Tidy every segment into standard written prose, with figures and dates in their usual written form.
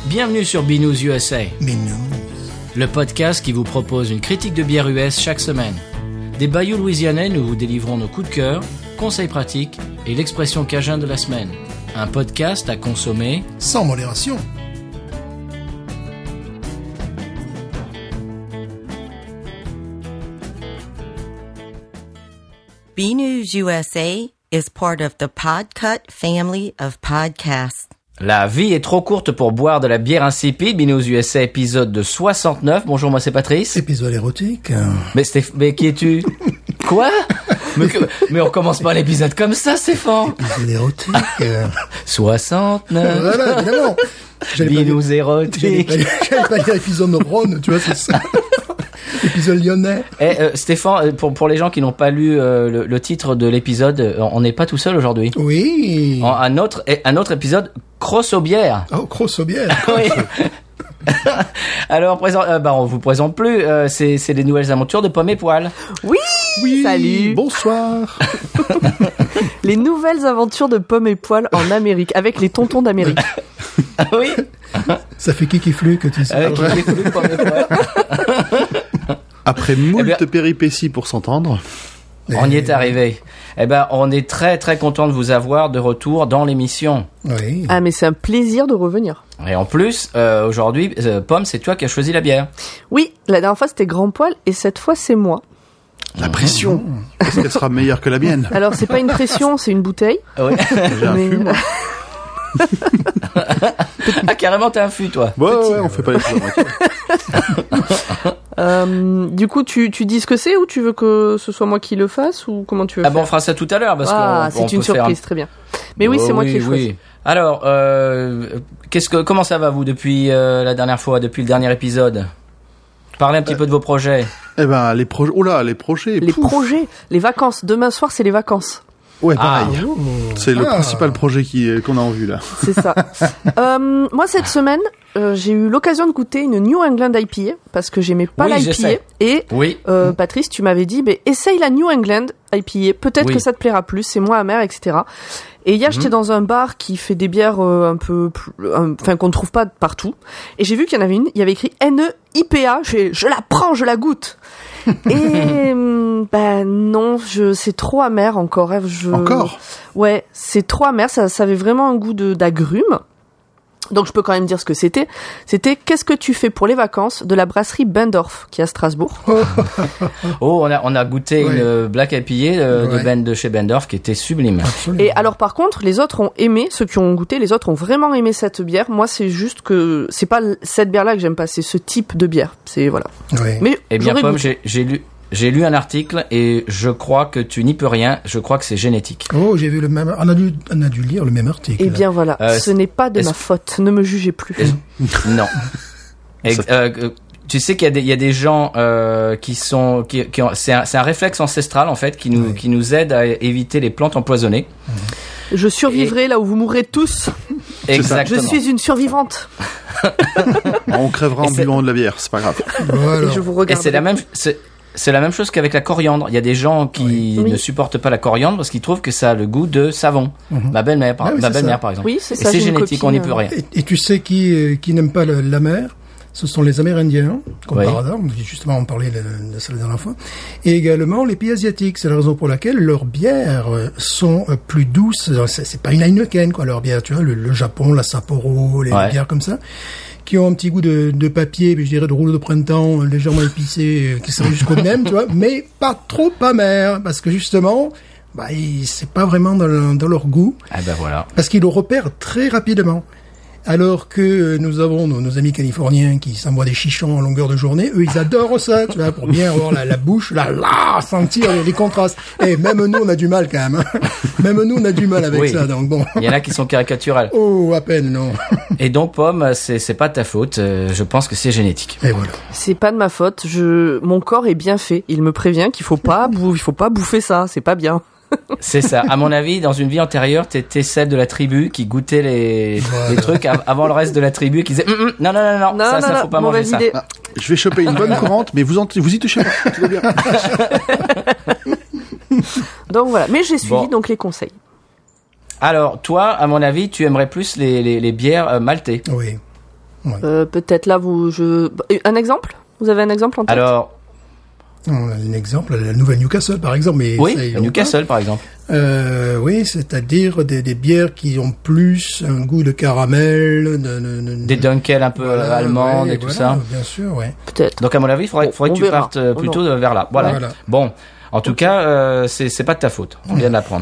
Bienvenue sur Binous USA, Binous, le podcast qui vous propose une critique de bière US chaque semaine. Des bayous louisianais, nous vous délivrons nos coups de cœur, conseils pratiques et l'expression cajun de la semaine. Un podcast à consommer sans modération. Binous USA is part of the Podcut family of podcasts. La vie est trop courte pour boire de la bière insipide. Binous USA, épisode de 69. Bonjour, moi c'est Patrice. Épisode érotique. Mais qui es-tu? Quoi? mais on commence pas l'épisode comme ça, Stéphane. Épisode érotique. 69. Voilà, évidemment. Binous érotique. J'allais pas dire épisode Rhône, tu vois, c'est ça. Épisode lyonnais. Stéphane, pour les gens qui n'ont pas lu le titre de l'épisode, on n'est pas tout seul aujourd'hui. Oui. Un autre épisode crosse aux bières. Oh, crosse aux bières. Oui. Alors, on vous présente plus. C'est les nouvelles aventures de Pomme et Poil. Oui, salut. Bonsoir. Les nouvelles aventures de Pomme et Poil en Amérique, avec les tontons d'Amérique. Oui. Ça fait qui fluque, tu sais. Avec les fluques Pomme et Poil. Après moult péripéties pour s'entendre. On y est arrivé. On est très très content de vous avoir de retour dans l'émission. Oui. Ah, mais c'est un plaisir de revenir. Et en plus, aujourd'hui, Pomme, c'est toi qui as choisi la bière. Oui, la dernière fois c'était Grand Poil et cette fois c'est moi. La pression. Est-ce qu'elle sera meilleure que la mienne? Alors c'est pas une pression, c'est une bouteille. Oui. J'ai un fût, moi. Ah, carrément, t'as un fût, toi. Ouais, on fait pas les choses à moitié. Du coup, tu dis ce que c'est ou tu veux que ce soit moi qui le fasse ou comment tu veux faire? On fera ça tout à l'heure parce c'est une surprise, très bien. Mais oui, c'est moi qui ai choisi. Alors, comment ça va vous depuis la dernière fois, depuis le dernier épisode? Parlez un petit peu de vos projets. Les projets. Oula, les projets. Les projets, les vacances. Demain soir, c'est les vacances. Ouais, pareil. C'est le Ah. principal projet qu'on a en vue là. C'est ça. Moi, cette semaine, j'ai eu l'occasion de goûter une New England IPA parce que j'aimais pas l'IPA. Et Patrice, tu m'avais dit, essaye la New England IPA. Peut-être que ça te plaira plus. C'est moins amer, etc. Et hier, j'étais dans un bar qui fait des bières un peu, qu'on ne trouve pas partout. Et j'ai vu qu'il y en avait une. Il y avait écrit NE-IPA. Je la prends, je la goûte. Et non, c'est trop amer encore. Encore? Ouais, c'est trop amer. Ça avait vraiment un goût d'agrumes. Donc je peux quand même dire ce que c'était. C'était qu'est-ce que tu fais pour les vacances de la brasserie Bendorf qui est à Strasbourg. On a goûté une Black IPA de chez Bendorf qui était sublime. Absolument. Et alors par contre, les autres ont aimé, ceux qui ont goûté, les autres ont vraiment aimé cette bière. Moi, c'est juste que c'est pas cette bière-là que j'aime pas, c'est ce type de bière. C'est voilà. Oui. Mais Pomme, j'ai lu un article et je crois que tu n'y peux rien. Je crois que c'est génétique. Oh, j'ai vu le même. On a dû lire le même article. Eh bien voilà, ce n'est pas de ma faute. Ne me jugez plus. Non. Tu sais qu'il y a des gens qui ont c'est un réflexe ancestral en fait qui nous aide à éviter les plantes empoisonnées. Je survivrai là où vous mourrez tous. Exactement. Je suis une survivante. On crèvera en buvant de la bière, c'est pas grave. Voilà. Et je vous Et regarde. c'est la même chose qu'avec la coriandre. Il y a des gens qui ne supportent pas la coriandre parce qu'ils trouvent que ça a le goût de savon. Ma belle-mère, par exemple. Oui, c'est Et ça. c'est j'ai une génétique, copine, on n'y peut rien. Et tu sais qui n'aime pas la mer? Ce sont les Amérindiens, comme Oui. par hasard. Justement, on parlait de ça la dernière fois. Et également les pays asiatiques. C'est la raison pour laquelle leurs bières sont plus douces. C'est pas une Heineken, quoi, leurs bières. Tu vois, le Japon, la Sapporo, les bières comme ça, qui ont un petit goût de papier, puis je dirais de rouleau de printemps légèrement épicé, qui serait jusqu'au nem, tu vois, mais pas trop amer, parce que justement, c'est pas vraiment dans leur goût. Voilà. Parce qu'ils le repèrent très rapidement. Alors que nous avons nos amis californiens qui s'envoient des chichons en longueur de journée, eux ils adorent ça, tu vois, pour bien avoir la bouche, sentir les contrastes. Et même nous on a du mal quand même. Hein. Même nous on a du mal avec ça, donc bon. Il y en a qui sont caricaturales. Oh, à peine, non. Et donc Pomme, c'est pas de ta faute. Je pense que c'est génétique. Et voilà. C'est pas de ma faute. Mon corps est bien fait. Il me prévient qu'il faut pas bouffer ça. C'est pas bien. C'est ça. À mon avis, dans une vie antérieure, t'étais celle de la tribu qui goûtait les trucs avant le reste de la tribu qui disait non, ça faut pas manger ça. Je vais choper une bonne courante, mais vous y touchez pas. Tout va bien. Donc voilà. Mais j'ai suivi donc les conseils. Alors, toi, à mon avis, tu aimerais plus les bières maltées. Oui. Ouais. Peut-être là, un exemple? Vous avez un exemple en tête? Alors, on a un exemple, la nouvelle Newcastle par exemple. Mais oui, la Newcastle par exemple. Oui, c'est-à-dire des bières qui ont plus un goût de caramel, des Dunkel un peu allemandes et tout ça. Bien sûr, ouais. Peut-être. Donc à mon avis, il faudrait que tu partes plutôt vers là. Voilà. Bon, en tout cas, c'est pas de ta faute. On vient de l'apprendre.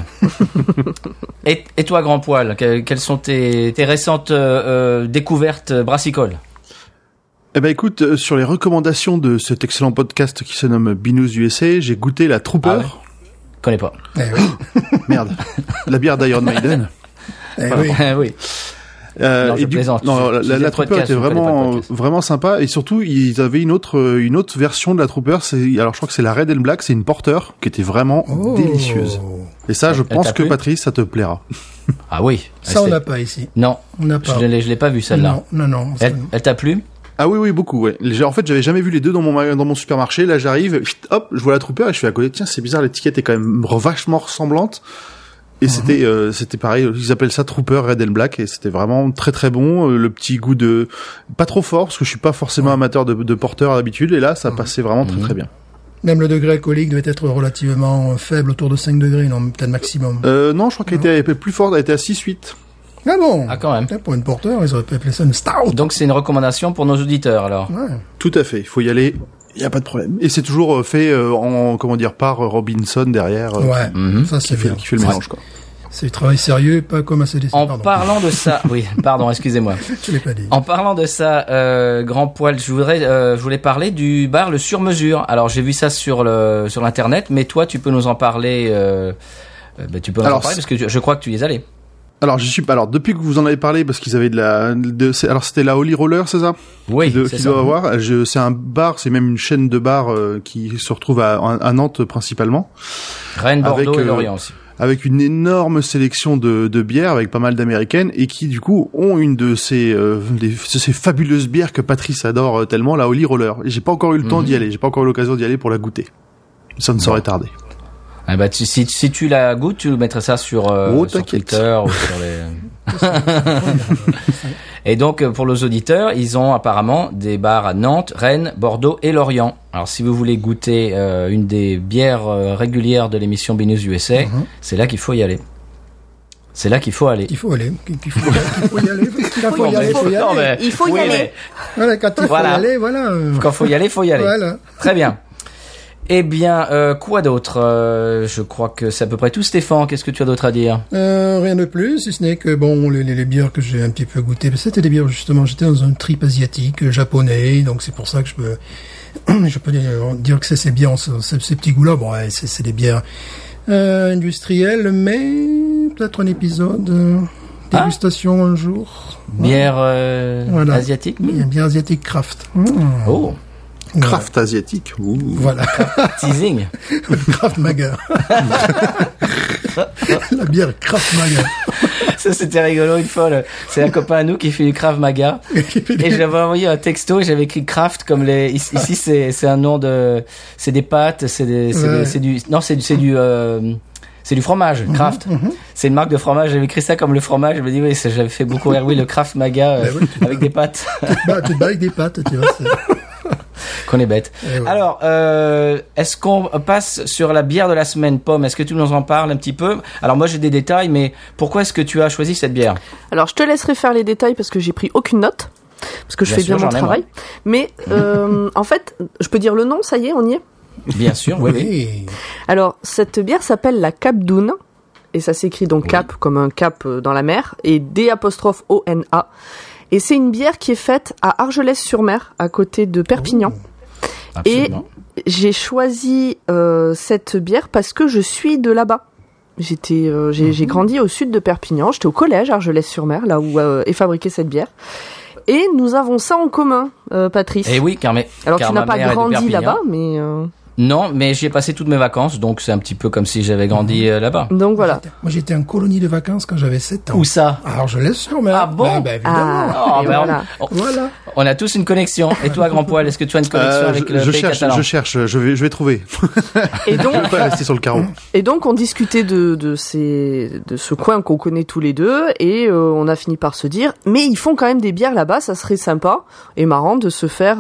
Et toi, Grand Poil, quelles sont tes récentes découvertes brassicoles? Eh ben écoute, sur les recommandations de cet excellent podcast qui se nomme Binous USA, j'ai goûté la Trooper. Ah ouais. Connais pas. Merde. La bière d'Iron Maiden. Oui. Non, je plaisante. La Trooper était vraiment sympa, et surtout ils avaient une autre version de la Trooper. Alors je crois que c'est la Red and Black, c'est une porter qui était vraiment délicieuse. Et ça, je pense que Patrice, ça te plaira. Ah oui. Ça on n'a pas ici. Non. On n'a pas. Je l'ai pas vu celle-là. Non. Elle t'a plu? Ah oui, beaucoup, ouais. En fait, j'avais jamais vu les deux dans mon supermarché. Là, j'arrive, hop, je vois la Trooper et je fais à côté. Tiens, c'est bizarre, l'étiquette est quand même vachement ressemblante. Et c'était pareil. Ils appellent ça Trooper Red and Black, et c'était vraiment très très bon. Le petit goût pas trop fort, parce que je suis pas forcément amateur de porteur à l'habitude. Et là, ça passait vraiment très très bien. Même le degré alcoolique devait être relativement faible, autour de 5 degrés, non, peut-être maximum. Non, je crois qu'elle était plus forte. Elle était à 6-8. Ah bon? Ah, quand même. Pour une porteur, ils auraient pu appeler ça une stout. Donc c'est une recommandation pour nos auditeurs, alors. Ouais. Tout à fait. Il faut y aller. Il y a pas de problème. Et c'est toujours fait par Robinson derrière. Ça c'est bien. Qui fait le mélange, quoi. C'est du travail sérieux, pas comme ACDC. Parlant de ça, oui, pardon, excusez-moi. Je l'ai pas dit. En parlant de ça, Grand Poil, je voulais parler du bar Le Sur-Mesure. Alors j'ai vu ça sur l'internet, mais toi tu peux nous en parler. Tu peux nous en parler parce que je crois que tu y es allé. Alors alors depuis que vous en avez parlé, parce qu'ils avaient alors c'était la Holy Roller, c'est ça? Oui, c'est qu'ils ça. doivent avoir. C'est un bar, c'est même une chaîne de bars qui se retrouve à Nantes principalement. Rennes, Bordeaux et Lorient aussi. Avec une énorme sélection de bières, avec pas mal d'américaines, et qui du coup ont une de ces fabuleuses bières que Patrice adore tellement, la Holy Roller. Et j'ai pas encore eu le temps d'y aller, j'ai pas encore eu l'occasion d'y aller pour la goûter. Ça ne saurait tarder. Ah bah si tu la goûtes, tu mettrais ça sur Twitter ou sur les. Et donc pour nos auditeurs, ils ont apparemment des bars à Nantes, Rennes, Bordeaux et Lorient. Alors si vous voulez goûter une des bières régulières de l'émission Binous USA, c'est là qu'il faut y aller. C'est là qu'il faut aller. Il faut y aller. Il faut y aller. Voilà, quand il faut y aller, voilà. Quand faut y aller, faut y aller. Voilà. Très bien. Eh bien, quoi d'autre? Je crois que c'est à peu près tout. Stéphane, qu'est-ce que tu as d'autre à dire? Rien de plus, si ce n'est que bon, les bières que j'ai un petit peu goûtées, c'était des bières justement. J'étais dans un trip asiatique, japonais, donc c'est pour ça que je peux dire que c'est ces bières, ces petits goûts-là. Bon, ouais, c'est des bières industrielles, mais peut-être un épisode dégustation un jour. Bière asiatique. Bière asiatique craft. Oh. Craft asiatique. Ouh. Voilà. Teasing. Craft Maga. La bière Craft Maga. Ça, c'était rigolo une fois. C'est un copain à nous qui fait du Krav Maga. Et je lui avais envoyé un texto et j'avais écrit Craft comme les. Ici, c'est un nom de. C'est des pâtes. C'est du fromage, Kraft. C'est une marque de fromage. J'avais écrit ça comme le fromage. Je me dis, oui, j'avais fait beaucoup rire. Oui, le Kraft Maga avec des pâtes. Tu te bats avec des pâtes, tu vois. Qu'on est bête. Ouais. Alors, est-ce qu'on passe sur la bière de la semaine, Pomme? Est-ce que tu nous en parles un petit peu? Alors moi j'ai des détails, mais pourquoi est-ce que tu as choisi cette bière? Alors je te laisserai faire les détails parce que j'ai pris aucune note, parce que je fais bien mon travail. Mais en fait, je peux dire le nom, ça y est, on y est? Bien sûr, oui. Alors cette bière s'appelle la Cap d'Oun, et ça s'écrit donc Cap comme un cap dans la mer, et D'-O-N-A. Et c'est une bière qui est faite à Argelès-sur-Mer, à côté de Perpignan. Absolument. Et j'ai choisi cette bière parce que je suis de là-bas. J'ai grandi au sud de Perpignan. J'étais au collège Argelès-sur-Mer, là où est fabriquée cette bière. Et nous avons ça en commun, Patrice. Eh oui, car alors tu n'as pas grandi là-bas, mais Non, mais j'y ai passé toutes mes vacances, donc c'est un petit peu comme si j'avais grandi là-bas. Donc voilà. Moi j'étais en colonie de vacances quand j'avais 7 ans. Où ça? Alors je laisse sur mer. Ah bon? Évidemment. Voilà. Voilà. On a tous une connexion. Et toi, Grand Poil, est-ce que tu as une connexion avec le pays catalan? Je cherche, je vais trouver. Et donc, je vais pas rester sur le carreau. Et donc on discutait de ce coin qu'on connaît tous les deux, et on a fini par se dire, mais ils font quand même des bières là-bas, ça serait sympa et marrant de se faire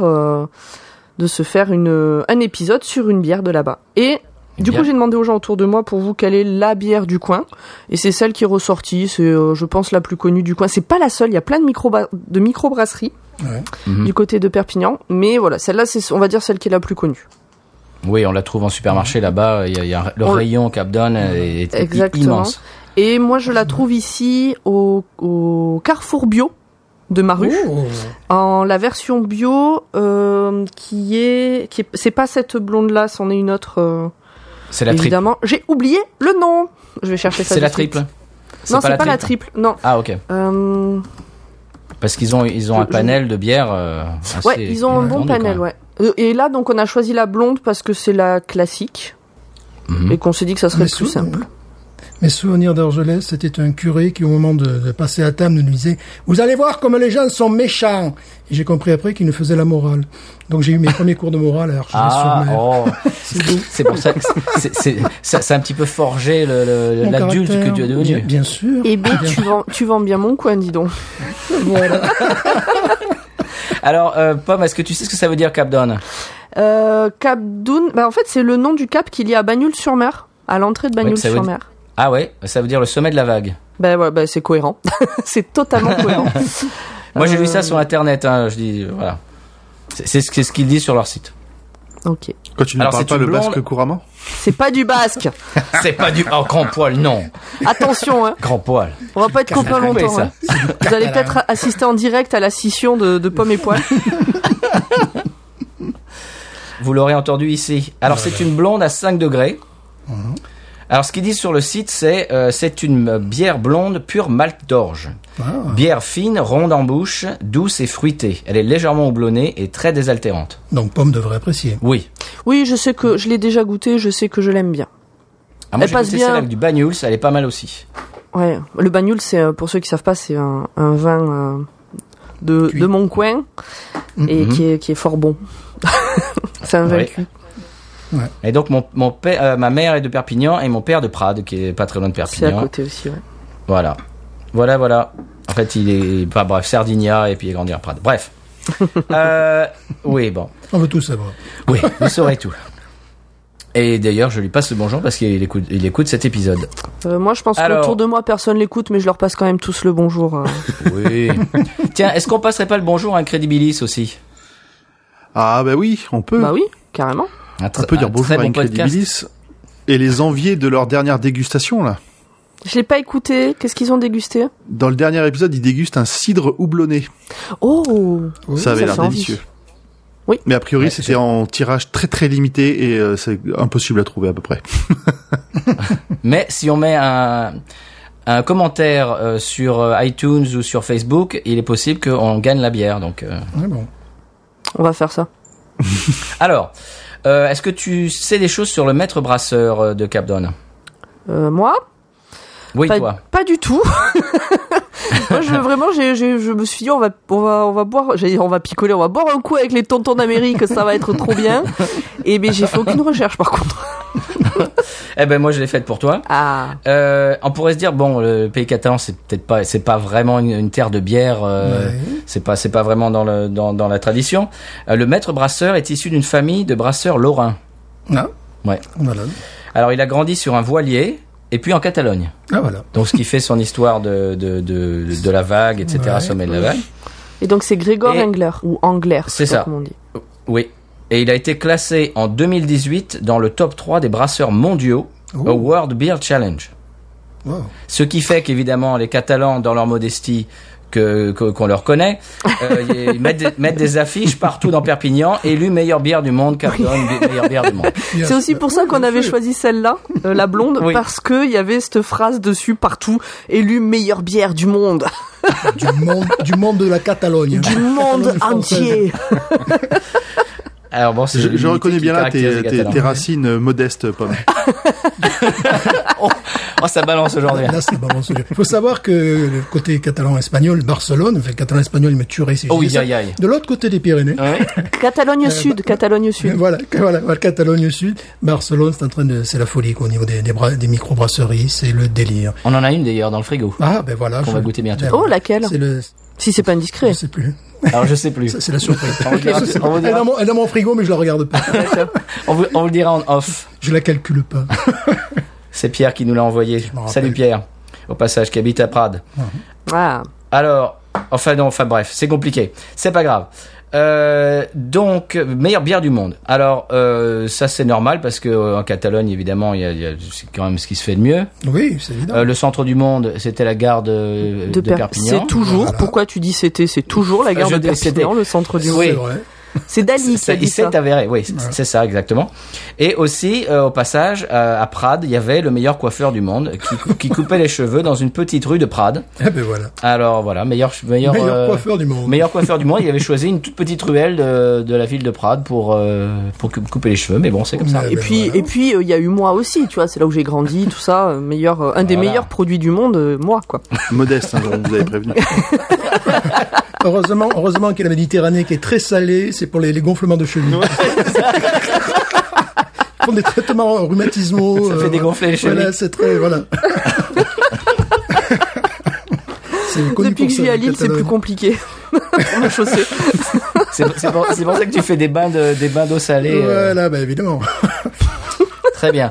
un épisode sur une bière de là-bas. Et du coup, j'ai demandé aux gens autour de moi, pour vous, quelle est la bière du coin. Et c'est celle qui est ressortie. C'est, je pense, la plus connue du coin. C'est pas la seule. Il y a plein de microbrasseries du côté de Perpignan. Mais voilà, celle-là, c'est, on va dire, celle qui est la plus connue. Oui, on la trouve en supermarché là-bas. Il y a le rayon Capdon est immense. Et moi, je la trouve ici au Carrefour Bio de Maru, en la version bio qui c'est pas cette blonde là, c'en est une autre. C'est la évidemment. Triple. J'ai oublié le nom. Je vais chercher ça. C'est la triple. Non, c'est pas la triple. Non. Ah ok. Parce qu'ils ont un panel de bières. Ouais, ils ont un bon panel, ouais. Et là, donc, on a choisi la blonde parce que c'est la classique et qu'on s'est dit que ça serait le plus simple. Mes souvenirs d'Argelès, c'était un curé qui, au moment de passer à table, nous disait « Vous allez voir comme les gens sont méchants !» Et j'ai compris après qu'il nous faisait la morale. Donc j'ai eu mes premiers cours de morale à Argelès-sur-Mer. C'est pour ça que c'est un petit peu forgé l'adulte que tu es devenu. Bien sûr. Eh bien, tu vends bien mon coin, dis donc. Voilà. Alors, Pomme, est-ce que tu sais ce que ça veut dire Capdon? Capdon, en fait, c'est le nom du cap qu'il y a à Bagnols-sur-Mer, à l'entrée de Bagnols-sur-Mer. Ah ouais, ça veut dire le sommet de la vague. C'est cohérent. C'est totalement cohérent. Moi, j'ai lu ça sur Internet. Je dis, voilà. C'est ce qu'ils disent sur leur site. Ok. Quand tu ne parles pas le basque couramment? C'est pas du basque. C'est pas du... Oh, Grand Poil, non. Attention, hein. Grand Poil. On va pas être copains longtemps. Hein. Vous allez peut-être assister en direct à la scission de Pomme et Poil. Vous l'aurez entendu ici. Alors, c'est une blonde à 5 degrés. Alors, ce qu'ils disent sur le site, c'est une bière blonde pure malt d'orge. Bière fine, ronde en bouche, douce et fruitée. Elle est légèrement houblonnée et très désaltérante. Donc, Pomme devrait apprécier. Oui. Oui, je sais que je l'ai déjà goûté, je sais que je l'aime bien. Moi, elle passe bien. Celle avec du Banyuls, elle est pas mal aussi. Ouais, le Banyuls, c'est, pour ceux qui savent pas, c'est un vin de mon coin et qui est fort bon. C'est un vin cuit. Ouais. Et donc mon père, ma mère est de Perpignan et mon père de Prades, qui est pas très loin de Perpignan. C'est à côté aussi, ouais. Voilà. En fait, il est Sardinia et puis il est grandi à Prades. Bref. Oui, bon. On veut tout savoir. Oui, vous saurez tout. Et d'ailleurs, je lui passe le bonjour parce qu'il écoute cet épisode. Moi, je pense qu'autour de moi, personne l'écoute, mais je leur passe quand même tous le bonjour. Oui. Tiens, est-ce qu'on passerait pas le bonjour à Incredibilis aussi? Ah bah oui, on peut. Bah oui, carrément. On peut dire bonjour à Incredibilis et les envier de leur dernière dégustation, là. Je l'ai pas écouté. Qu'est-ce qu'ils ont dégusté? Dans le dernier épisode, ils dégustent un cidre houblonné. Oh! Ça avait l'air délicieux. Oui. Mais a priori, c'était en tirage très très limité et c'est impossible à trouver à peu près. Mais si on met un commentaire sur iTunes ou sur Facebook, il est possible qu'on gagne la bière. Donc, bon. On va faire ça. Alors, est-ce que tu sais des choses sur le maître brasseur de Capdon? Moi? Oui, toi. Pas du tout. Moi, je me suis dit, on va boire, on va picoler, on va boire un coup avec les tontons d'Amérique, ça va être trop bien. Et ben, j'ai fait aucune recherche, par contre. Eh ben, moi, je l'ai faite pour toi. Ah. On pourrait se dire, bon, le pays catalan, c'est pas vraiment une terre de bière, c'est pas vraiment dans la tradition. Le maître brasseur est issu d'une famille de brasseurs lorrains. Ah. Ouais. Voilà. Alors, il a grandi sur un voilier. Et puis en Catalogne. Ah voilà. Donc ce qui fait son histoire de la vague, etc., sommet de la vague. Et donc c'est Grégor Engler, ou Angler, c'est ça. Comme on dit. Oui. Et il a été classé en 2018 dans le top 3 des brasseurs mondiaux au World Beer Challenge. Wow. Ce qui fait qu'évidemment les Catalans, dans leur modestie, qu'on leur connaît, ils mettent des affiches partout dans Perpignan, élu meilleure bière du monde, Capdon, meilleure bière du monde. C'est aussi pour ça qu'on avait choisi celle-là, la blonde, parce que il y avait cette phrase dessus partout, élu meilleure bière du monde. Du monde de la Catalogne. Du monde entier. Alors bon, je reconnais bien là tes racines modestes, Pomme. Oh, ça balance aujourd'hui. Là, ça balance. Il faut savoir que le côté catalan-espagnol, Barcelone, le catalan-espagnol, il me tuerait si je dis ça. De l'autre côté des Pyrénées. Ouais. Catalogne Sud. Voilà, Catalogne Sud. Barcelone, c'est la folie, quoi, au niveau des micro-brasseries, c'est le délire. On en a une d'ailleurs dans le frigo. Ah, ben voilà. On va goûter bientôt. Oh, laquelle? Si c'est pas indiscret. Je sais plus. Alors, je sais plus. C'est la surprise. Elle est dans mon frigo, mais je la regarde pas. on vous le dira en off. Je la calcule pas. C'est Pierre qui nous l'a envoyé. Salut Pierre, au passage, qui habite à Prades. Ah. Alors, enfin bref, c'est compliqué. C'est pas grave. Donc, meilleure bière du monde. Alors, ça c'est normal parce que en Catalogne, évidemment, c'est quand même ce qui se fait de mieux. Oui, c'est évident. Le centre du monde, c'était la gare de Perpignan. C'est toujours. Voilà. Pourquoi tu dis c'est toujours la gare de Perpignan, le centre du monde. Oui, c'est vrai. C'est Dali qui a dit ça. Il s'est avéré, oui, c'est ça exactement. Et aussi, au passage, à Prades, il y avait le meilleur coiffeur du monde qui coupait les cheveux dans une petite rue de Prades. Eh ben voilà. Alors voilà, meilleur coiffeur du monde. Meilleur coiffeur du monde. Il avait choisi une toute petite ruelle de la ville de Prades pour couper les cheveux. Mais bon, c'est comme ça. Et puis il y a eu moi aussi, tu vois, c'est là où j'ai grandi, tout ça. Un des meilleurs produits du monde, moi quoi. Modeste, hein, vous avez prévenu. Heureusement qu'il y a la Méditerranée qui est très salée, c'est pour les gonflements de chevilles. Ils font des traitements rhumatismaux. Ça fait dégonfler les chevilles. Voilà, c'est très, voilà. Depuis que je vis à Lille, c'est plus compliqué. Pour me chausser. C'est pour ça que tu fais des bains d'eau salée. Voilà, bah évidemment. Très bien.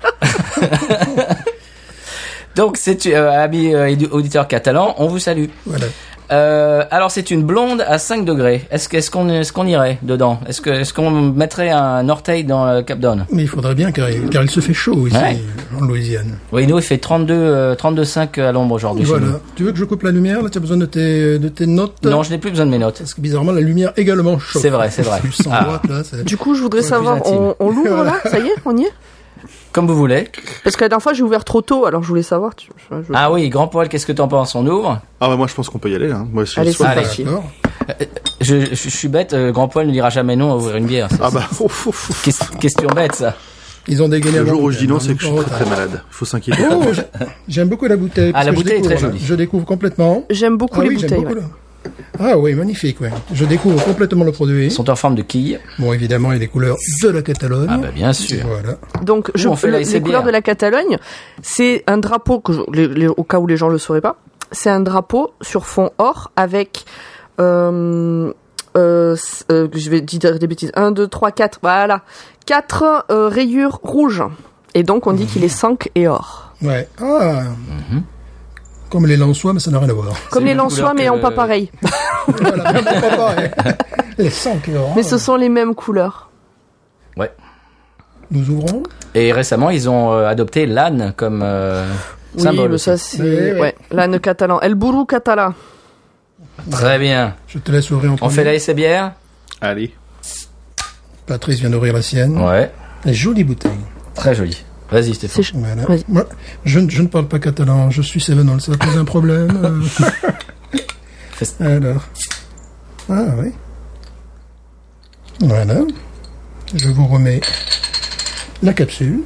Donc, amis auditeurs catalans, on vous salue. Voilà. Alors c'est une blonde à 5 degrés. Est-ce qu'on irait dedans? Est-ce qu'on mettrait un orteil dans le Cap d'On? Mais il faudrait bien car il se fait chaud ici en Louisiane. Oui, nous il fait 32,5 à l'ombre aujourd'hui. Voilà. Tu veux que je coupe la lumière? Là, tu as besoin de tes notes? Non, je n'ai plus besoin de mes notes. Parce que bizarrement la lumière également chauffe. C'est vrai. Plus 100 watts, là, du coup, je voudrais savoir, on l'ouvre là? Ça y est, on y est? Comme vous voulez. Parce que la dernière fois, j'ai ouvert trop tôt, alors je voulais savoir. Ah oui, Grand Poil, qu'est-ce que t'en penses? On ouvre? Ah bah moi, je pense qu'on peut y aller, là. Moi, allez, c'est parti. Je suis bête, Grand Poil ne dira jamais non à ouvrir une bière. Ah bah, question bête, ça. Ils ont dégainé le jour où je dis non, c'est que je suis très malade. Il faut s'inquiéter. J'aime beaucoup la bouteille. Ah, la bouteille est très jolie. Je découvre complètement. J'aime beaucoup les bouteilles. Ah oui, magnifique, ouais. Je découvre complètement le produit. Ils sont en forme de quilles. Bon, évidemment, il y a des couleurs de la Catalogne. Ah bah bien sûr. Voilà. Donc, les couleurs de la Catalogne, c'est un drapeau au cas où les gens le sauraient pas, c'est un drapeau sur fond or avec je vais dire des bêtises. 1, 2, 3, 4, voilà. 4 rayures rouges. Et donc, on dit qu'il est 5 et or. Ouais. Ah. Comme les Lensois, mais ça n'a rien à voir. Comme les Lensois, mais pas pareil. Voilà, même pas pareil. Les 5 et or. Mais ce sont les mêmes couleurs. Ouais. Nous ouvrons. Et récemment, ils ont adopté l'âne comme symbole. Oui, mais ça, c'est... Ouais, l'âne catalan. El burro catalan. Très bien. Je te laisse ouvrir en premier. On fait la essai bière? Allez. Patrice vient d'ouvrir la sienne. Ouais. Une jolie bouteille. Très jolie. Vas-y, Stéphane. Voilà. Moi, je ne parle pas catalan, je suis Cévenol, ça va poser un problème. Alors. Ah oui. Voilà. Je vous remets la capsule.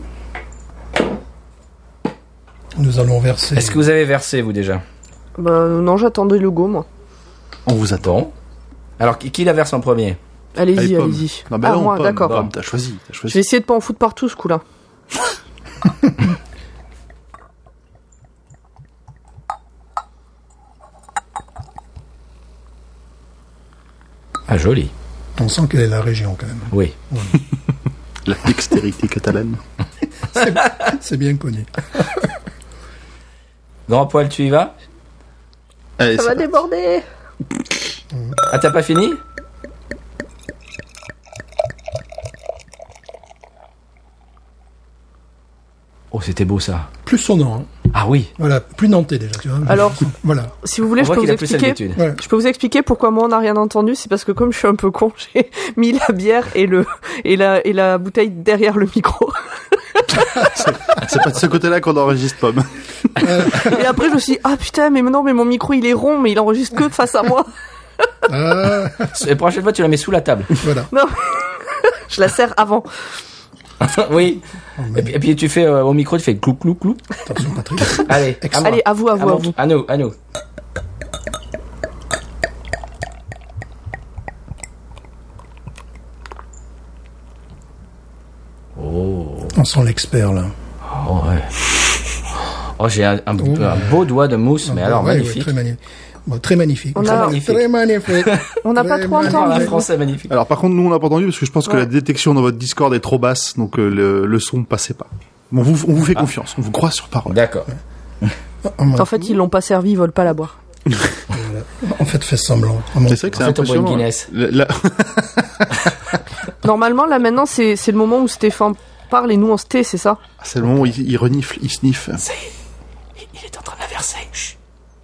Nous allons verser... Est-ce que vous avez versé, vous, déjà? Bah non, j'attendais le go, moi. On vous attend. Alors, qui la verse en premier? Allez-y. Non, bah non, moi, d'accord. Pomme, t'as choisi. Je vais essayer de pas en foutre partout, ce coup-là. Ah, joli. On sent quelle est la région, quand même. Oui. La dextérité catalane. C'est bien connu. Grand Poil, tu y vas? Allez, ça va déborder. Ah, t'as pas fini? Oh, c'était beau ça. Plus sonore. Hein. Ah oui. Voilà, plus nantais déjà. Tu vois. Alors, voilà. Si vous voulez, je peux vous expliquer. Ouais. Je peux vous expliquer pourquoi moi on n'a rien entendu. C'est parce que comme je suis un peu con, j'ai mis la bière et la bouteille derrière le micro. C'est pas de ce côté-là qu'on enregistre, Pomme. Et après, je me suis dit, ah putain, mais non, mais mon micro il est rond, mais il enregistre que face à moi. La prochaine fois, tu la mets sous la table. Voilà. Non. Je la sers avant. Oui. Et puis tu fais au micro, tu fais clou clou clou. Attention, Patrick. Allez, à vous. À nous. Oh. On sent l'expert là. Oh ouais. Oh, j'ai un beau doigt de mousse, mais alors magnifique. Ouais, très magnifique. Bon, très magnifique. Très magnifique. On n'a pas trop entendu. La français magnifique. Alors par contre, nous on n'a pas entendu parce que je pense que la détection dans votre Discord est trop basse, donc le son ne passait pas. Bon, on vous fait confiance, on vous croit sur parole. D'accord. En fait, ils l'ont pas servi, ils veulent pas la boire. Voilà. En fait, fait semblant. C'est vrai que c'est impressionnant. Une Guinness. Normalement, là maintenant, c'est le moment où Stéphane parle et nous on se tait, c'est ça? C'est le moment où il renifle, il sniffe. Ça y est, il est en train de la verser. Chut.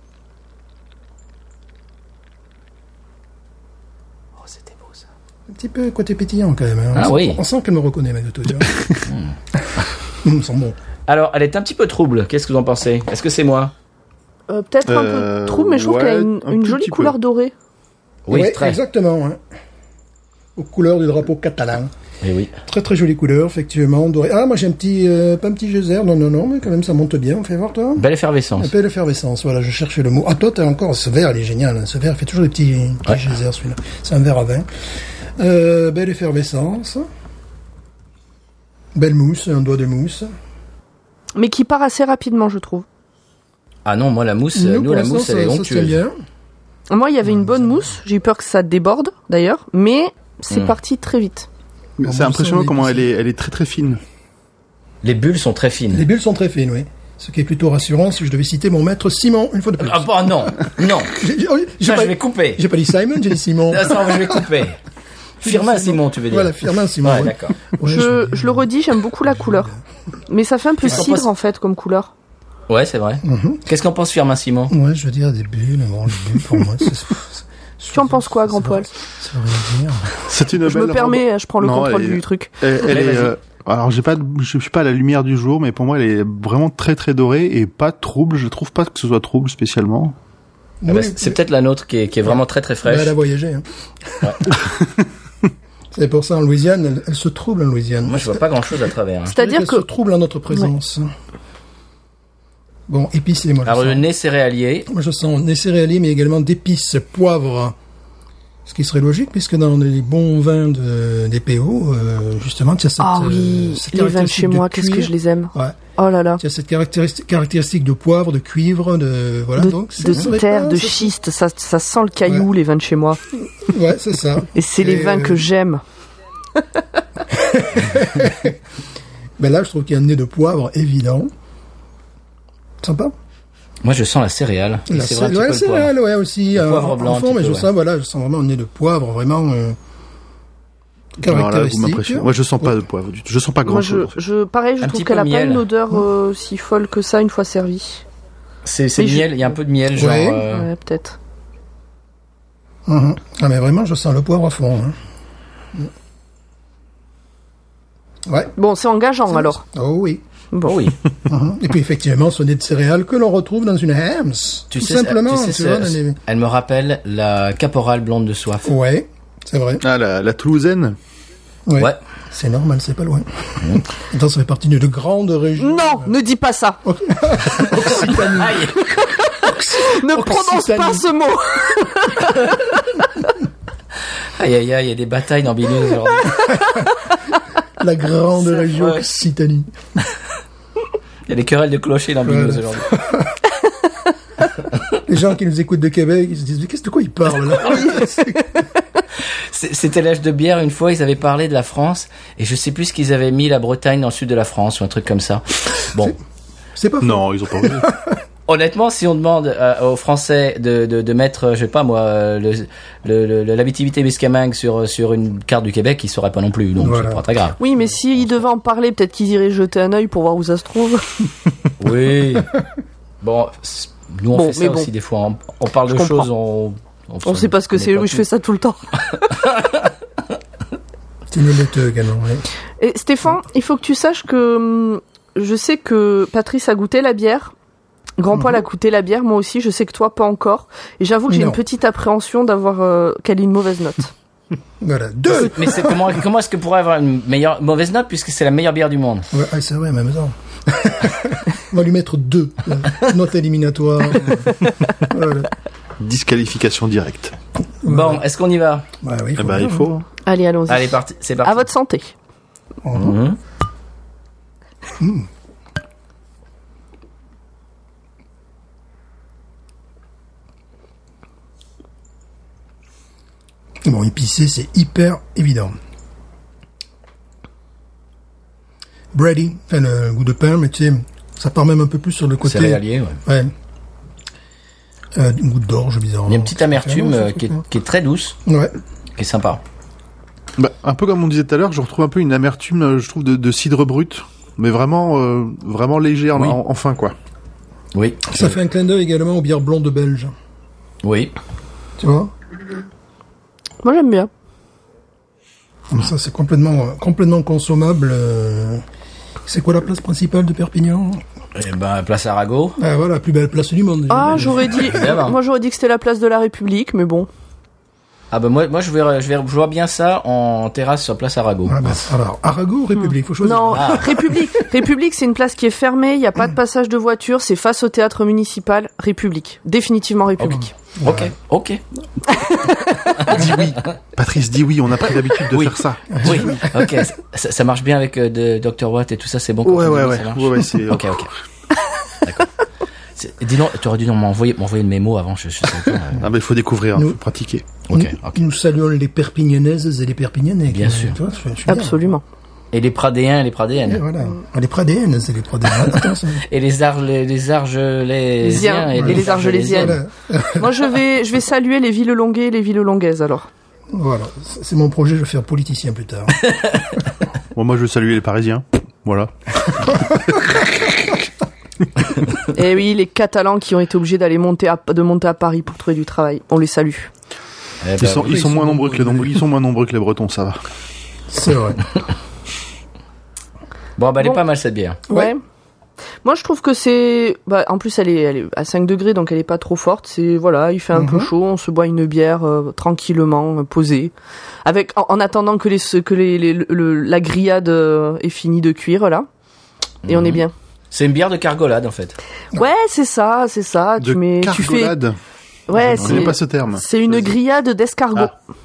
Oh, c'était beau ça. Un petit peu côté pétillant quand même. Hein. Oui. On sent qu'elle me reconnaît malgré tout. Ils sont bons. Alors, elle est un petit peu trouble. Qu'est-ce que vous en pensez? Est-ce que c'est moi? Peut-être un peu trouble, mais je trouve qu'elle a une jolie couleur dorée. Oui, très. Exactement. Hein. Aux couleurs du drapeau catalan. Et oui. Très très jolie couleur, effectivement. Doré. Ah, moi j'ai un petit, pas un petit geyser, non, mais quand même ça monte bien. Fais voir toi. Belle effervescence. Belle effervescence, voilà, je cherchais le mot. Ah, toi t'as encore, ce verre il est génial, hein. Ce verre il fait toujours des petits geysers celui-là. C'est un verre à vin. Belle effervescence. Belle mousse, un doigt de mousse. Mais qui part assez rapidement, je trouve. Ah non, moi la mousse, la mousse elle est onctueuse. Bien. Moi il y avait une bonne mousse, j'ai eu peur que ça déborde d'ailleurs, mais c'est parti très vite. C'est impressionnant comment elle est très très fine. Les bulles sont très fines. Les bulles sont très fines, oui. Ce qui est plutôt rassurant si je devais citer mon maître Simon, une fois de plus. Ah bah non. Je vais couper. J'ai pas dit Simon, j'ai dit Simon. Ça, je vais couper. Firmin Simon, tu veux dire. Voilà, Firmin Simon. Ouais, d'accord. Ouais, je le redis, j'aime beaucoup la couleur. Mais ça fait un peu cidre en fait comme couleur. Ouais, c'est vrai. Qu'est-ce qu'en pense Firmin Simon? Ouais, je veux dire des bulles, bon, les bulles pour moi, tu en penses quoi, grand poil? Ça veut rien dire. C'est une je me permets, je prends le contrôle du truc. Alors je suis pas à la lumière du jour, mais pour moi elle est vraiment très très dorée et pas trouble. Je trouve pas que ce soit trouble spécialement. Oui, c'est peut-être la nôtre qui est vraiment très très fraîche. Elle a voyagé. Hein. Ouais. C'est pour ça en Louisiane, elle se trouble en Louisiane. Moi je vois pas grand chose à travers. Hein. C'est-à-dire que se trouble en notre présence. Ouais. Bon, épicé, moi. Alors le nez céréalier. Moi je sens nez céréalier, mais également d'épices, poivre. Ce qui serait logique, puisque dans les bons vins des PO, justement, tu as cette, cette les vins de chez moi, qu'est-ce que je les aime. Ouais. Oh là là. Tu as cette caractéristique de poivre, de cuivre, voilà. Donc, de terre, de schiste, ça sent le caillou, les vins de chez moi. Ouais, c'est ça. Et c'est les vins que j'aime. Ben là, je trouve qu'il y a un nez de poivre évident. Sympa. Moi, je sens la céréale. La céréale, ouais, aussi. Le poivre blanc. En fond, mais je sens vraiment un nez de poivre, vraiment caractéristique. Moi, je sens pas de poivre du tout. Je sens pas grand chose. Pareil, je trouve qu'elle a pas une odeur si folle que ça une fois servie. C'est miel, il y a un peu de miel, genre. Ouais, peut-être. Ah, mais vraiment, je sens le poivre à fond. Hein. Ouais. Bon, c'est engageant alors. Oh oui. Bon, oui. Et puis effectivement, ce nez de céréales que l'on retrouve dans une Hamm's. Tout simplement. Elle me rappelle la caporale blonde de soif. Ouais, c'est vrai. Ah, la Toulousaine. Ouais. C'est normal, c'est pas loin. Attends, ça fait partie d'une grande région. Non, ne dis pas ça. Occitanie. Ne prononce pas ce mot. Aïe, aïe, aïe, il y a des batailles dans Binous aujourd'hui. La grande région Occitanie. Il y a des querelles de clochers dans Binous aujourd'hui. Les gens qui nous écoutent de Québec, ils se disent, mais qu'est-ce de quoi ils parlent là? C'était l'âge de bière, une fois, ils avaient parlé de la France, et je sais plus ce qu'ils avaient mis, la Bretagne dans le sud de la France, ou un truc comme ça. Bon. C'est pas faux. Non, ils ont pas voulu. Honnêtement, si on demande aux Français de mettre, je sais pas moi, l'habitivité Miscamingue sur une carte du Québec, ils sauraient pas non plus, donc c'est pas très grave. Oui, mais s'ils devaient en parler, peut-être qu'ils iraient jeter un œil pour voir où ça se trouve. Oui. Bon, nous on fait ça aussi des fois. On parle de choses, on sait pas ce que c'est, oui, je fais ça tout le temps. C'est une laiteux également, oui. Et Stéphane, il faut que tu saches que je sais que Patrice a goûté la bière. Grand Poil a goûté la bière, moi aussi, je sais que toi pas encore. Et j'avoue que j'ai une petite appréhension d'avoir qu'elle ait une mauvaise note. Voilà, 2. Mais c'est comment est-ce que pourrait avoir une mauvaise note puisque c'est la meilleure bière du monde? Ouais, c'est vrai, même temps. On va lui mettre 2. Note éliminatoire. Voilà. Disqualification directe. Bon, est-ce qu'on y va? Bah oui. Il faut. Allez, allons-y. Allez, c'est parti. À votre santé. Mmh. Mmh. Bon, épicé, c'est hyper évident. Bready, enfin le goût de pain, mais tu sais, ça part même un peu plus sur le côté... Céréalier, ouais. Un goût d'orge, bizarrement. Il y a une petite amertume qui est très douce, ouais. Qui est sympa. Bah, un peu comme on disait tout à l'heure, je retrouve un peu une amertume, je trouve, de cidre brut, mais vraiment légère, oui. en fin, quoi. Oui. Ça fait un clin d'œil également aux bières blondes belges. Oui. Tu vois? Moi, j'aime bien. Ça, c'est complètement consommable. C'est quoi la place principale de Perpignan? Eh ben, place Arago. Ah, voilà, la plus belle place du monde. Ah, j'aurais dit que c'était la place de la République, mais bon. Ah ben moi je vois bien ça en terrasse sur place Arago. Ah ben, alors Arago ou République, faut choisir. Non, République. République, c'est une place qui est fermée, il y a pas de passage de voiture, c'est face au théâtre municipal. République, définitivement République. Ok. Dis oui. Patrice dit oui, on a pris l'habitude de faire ça. Oui. Ok. Ça marche bien avec Dr Watt et tout ça, c'est bon. Ouais, c'est. Ok. D'accord. Dis donc, tu aurais dû m'envoyer une mémo avant, je sais pas. Ah, mais il faut découvrir, il faut pratiquer. Nous saluons les Perpignanaises et les Perpignanais. Bien sûr. Toi, Absolument. Et les Pradéens et les Pradéennes. Et voilà. Les Pradéennes et les Pradéennes. Et les Argelésiens et les Argelésiennes. Voilà. Moi, je vais saluer les Villelonguais et les Villelonguaises, alors. Voilà. C'est mon projet, je vais faire politicien plus tard. Bon, moi, je veux saluer les Parisiens. Voilà. Et oui, les Catalans qui ont été obligés d'aller monter à Paris pour trouver du travail. On les salue. Ils sont moins nombreux que les Bretons, ça va. C'est vrai. Bon, elle est pas mal cette bière. Ouais. Moi, je trouve que c'est... en plus, elle est à 5 degrés, donc elle est pas trop forte. Il fait un peu chaud, on se boit une bière tranquillement, posée. En attendant que la grillade est finie de cuire, là. Et on est bien. C'est une bière de cargolade, en fait. Ouais, c'est ça. Cargolade. Ouais, je connais pas ce terme. C'est une grillade d'escargot.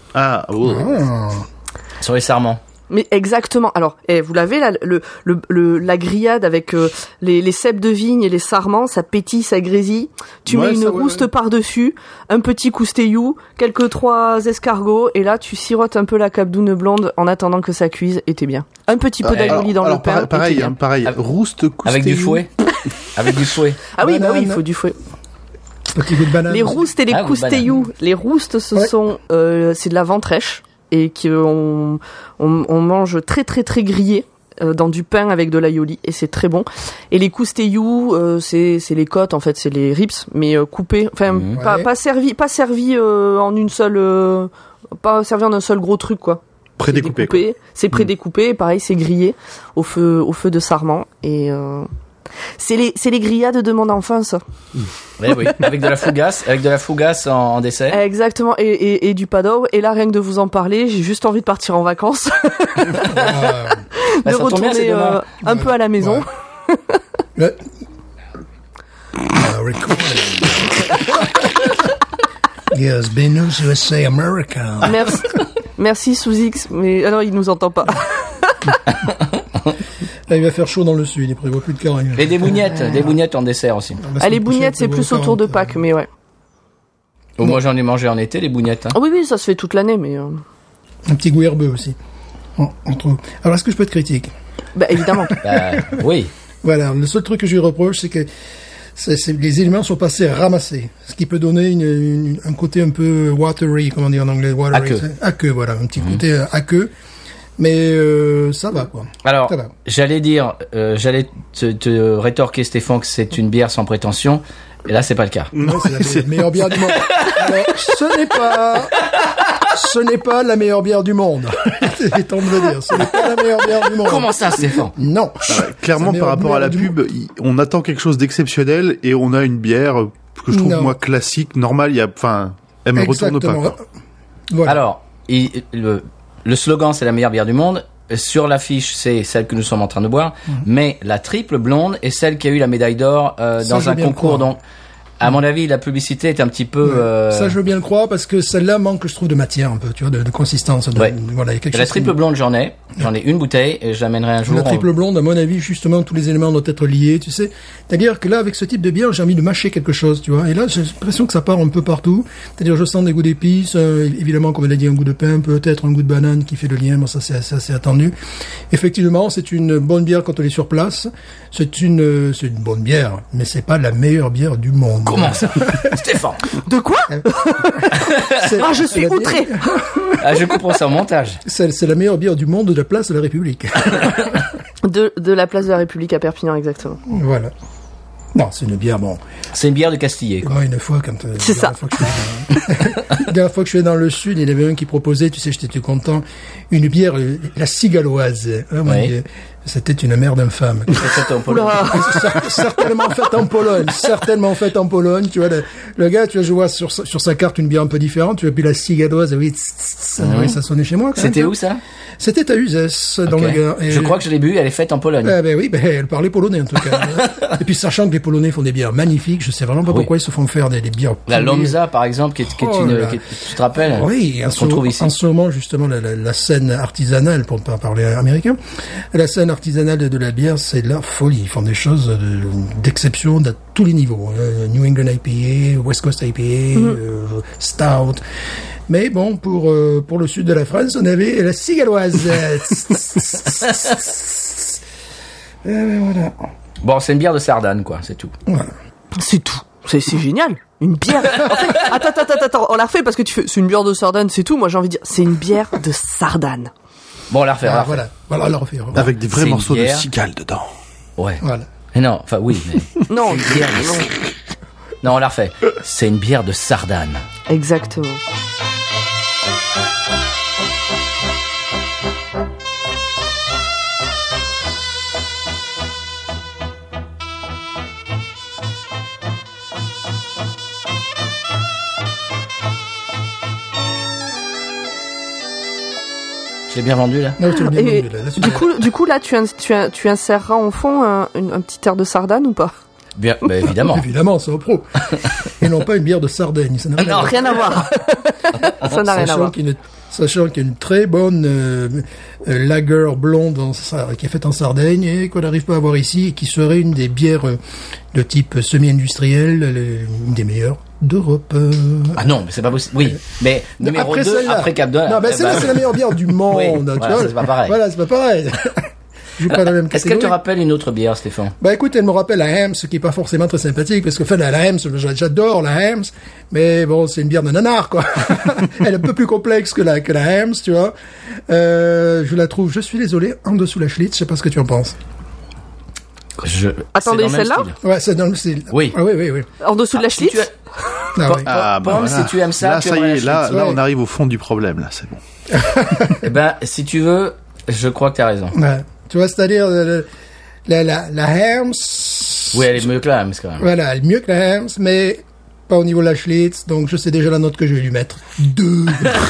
Sur les sarments. Mais exactement. Alors, vous l'avez là, la grillade avec les cèpes de vigne et les sarments, ça pétille, ça grésille. Tu mets une rouste par-dessus, un petit coustéillou, quelques 3 escargots, et là tu sirotes un peu la cabdoune blonde en attendant que ça cuise, et t'es bien. Un petit peu d'aïoli dans le pain. Pareil. Rouste, coustéillou. Avec du fouet. Ah oui, il faut du fouet. Petit goût de banane. Les roustes et les coustéillous. Les roustes, c'est de la ventrèche. Et qu'on mange très très très grillé dans du pain avec de l'aïoli, et c'est très bon. Et les coustéillous, c'est les côtes, en fait, c'est les ribs, mais coupés, enfin pas servi en une seule, pas servi en un seul gros truc, quoi. Prédécoupé. C'est prédécoupé, pareil, c'est grillé au feu de sarment, et c'est les grillades de mon enfance. Oui, avec de la fougasse en dessert. Exactement, et du padaw. Et là, rien que de vous en parler, j'ai juste envie de partir en vacances. De retourner un peu à la maison. Ouais. Yes, Benus USA America. Merci Sous-X, mais alors il nous entend pas. Là, il va faire chaud dans le sud, il prévoit plus de carré. Et des bougnettes en dessert aussi. Les bougnettes, c'est plus autour de Pâques, mais ouais. Moi, j'en ai mangé en été, les bougnettes. Oui, ça se fait toute l'année, mais... Un petit goût herbeux aussi. Alors, est-ce que je peux être critique? Évidemment. Oui. Voilà, le seul truc que je lui reproche, c'est que les éléments sont pas assez ramassés. Ce qui peut donner un côté un peu watery, comment dire en anglais? Watery. Aqueux, voilà, un petit côté aqueux. Mais ça va, quoi. Alors, j'allais te rétorquer, Stéphane, que c'est une bière sans prétention. Et là, c'est pas le cas. Non, c'est la meilleure bière du monde. Alors, ce n'est pas la meilleure bière du monde. C'est temps de le dire. Ce n'est pas la meilleure bière du monde. Comment ça, Stéphane? Non. Clairement, par rapport à la pub, on attend quelque chose d'exceptionnel et on a une bière que je trouve, moi, classique, normale. Elle me retourne pas, quoi. Voilà. Alors, le slogan, c'est la meilleure bière du monde. Sur l'affiche, c'est celle que nous sommes en train de boire, mais la triple blonde est celle qui a eu la médaille d'or dans un concours. Donc, à mon avis, la publicité est un petit peu... Ça, je veux bien le croire, parce que celle-là manque, je trouve, de matière un peu, tu vois, de consistance. Voilà, il y a quelque chose. La triple blonde, j'en ai une bouteille, et je l'amènerai un jour. La triple blonde, à mon avis, justement, tous les éléments doivent être liés, tu sais. C'est-à-dire que là, avec ce type de bière, j'ai envie de mâcher quelque chose, tu vois. Et là, j'ai l'impression que ça part un peu partout. C'est-à-dire, je sens des goûts d'épices, évidemment, comme elle a dit, un goût de pain, peut-être un goût de banane qui fait le lien, mais ça, c'est assez attendu. Effectivement, c'est une bonne bière quand on est sur place. C'est une bonne bière, mais c'est pas la meilleure bière du monde. Comment ça? Stéphane. De quoi? Je suis outré. Je comprends ça au montage. C'est la meilleure bière du monde de la place de la République. de la place de la République à Perpignan, exactement. Voilà. Non, c'est une bière, bon. C'est une bière de Castillé, quoi. Moi, une fois, c'est ça. La dernière fois que je suis dans le sud, il y en avait un qui proposait, tu sais, j'étais content, une bière, la cigaloise. Oui. C'était une merde infâme. Certainement faite en Pologne. Tu vois, le gars, tu vois, je vois sur sa carte une bière un peu différente. Tu vois, puis la cigaloise, oui, ça sonnait chez moi. C'était où ça? C'était à Uzès, dans le Gard. Je crois que je l'ai bu, elle est faite en Pologne. Oui, elle parlait polonais, en tout cas. Et puis, sachant que les Polonais font des bières magnifiques, je sais vraiment pas pourquoi ils se font faire des bières. La Lomza, par exemple, qui est tu te rappelles? Oui, en ce moment, justement, la scène artisanale, pour ne pas parler américain, la scène artisanale de la bière, c'est de la folie. Ils font des choses d'exception à tous les niveaux. New England IPA, West Coast IPA, Stout. Mais bon, pour le sud de la France, on avait la cigaloise. Voilà. Bon, c'est une bière de Sardane, quoi, c'est tout. Voilà. C'est tout. C'est génial. Une bière. En fait, attends, on la refait parce que c'est une bière de Sardane, c'est tout. Moi, j'ai envie de dire, c'est une bière de Sardane. Bon, on la refait. Voilà, on la refait. Avec des vrais morceaux de cigale dedans. Ouais. Voilà. Mais non, enfin, oui, mais. Non, non, on la refait. C'est une bière de Sardane. Exactement. Je l'ai bien vendu là. Non, du coup là, tu inséreras en fond un petit air de Sardane ou pas? Bien, bah, évidemment. Évidemment, c'est au pro. Et non pas une bière de Sardaigne. Ça n'a rien à voir. Ça n'a rien à voir. Sachant qu'il y a une très bonne lager blonde qui est faite en Sardaigne et qu'on n'arrive pas à avoir ici, et qui serait une des bières de type semi-industriel, une des meilleures d'Europe. Ah non, mais c'est pas possible. Oui, mais numéro après 2, après Cap d'Or. Non, mais celle-là, c'est la meilleure bière du monde. Oui, tu voilà, vois, c'est pas pareil. Voilà, c'est pas pareil. Joue pas dans la même catégorie. Est-ce qu'elle te rappelle une autre bière, Stéphane? Bah écoute, elle me rappelle la Hamm's, qui est pas forcément très sympathique, parce que la Hamm's, j'adore la Hamm's, mais bon, c'est une bière de nanar, quoi. Elle est un peu plus complexe que la Hamm's, tu vois. Je la trouve, je suis désolé, en dessous la Schlitz, je sais pas ce que tu en penses. Attendez, celle-là? Ouais, c'est dans le style. Oui. Ah, oui. En dessous de la Schlitz? Pomme, si tu aimes ça, là, ça y est, là, on arrive au fond du problème, là, c'est bon. Eh ben, si tu veux, je crois que t'as raison. Ouais. Tu vois, c'est-à-dire, la Hamm's. Oui, elle est mieux que la Hamm's, quand même. Voilà, elle est mieux que la Hamm's, mais pas au niveau de la Schlitz, donc je sais déjà la note que je vais lui mettre. 2.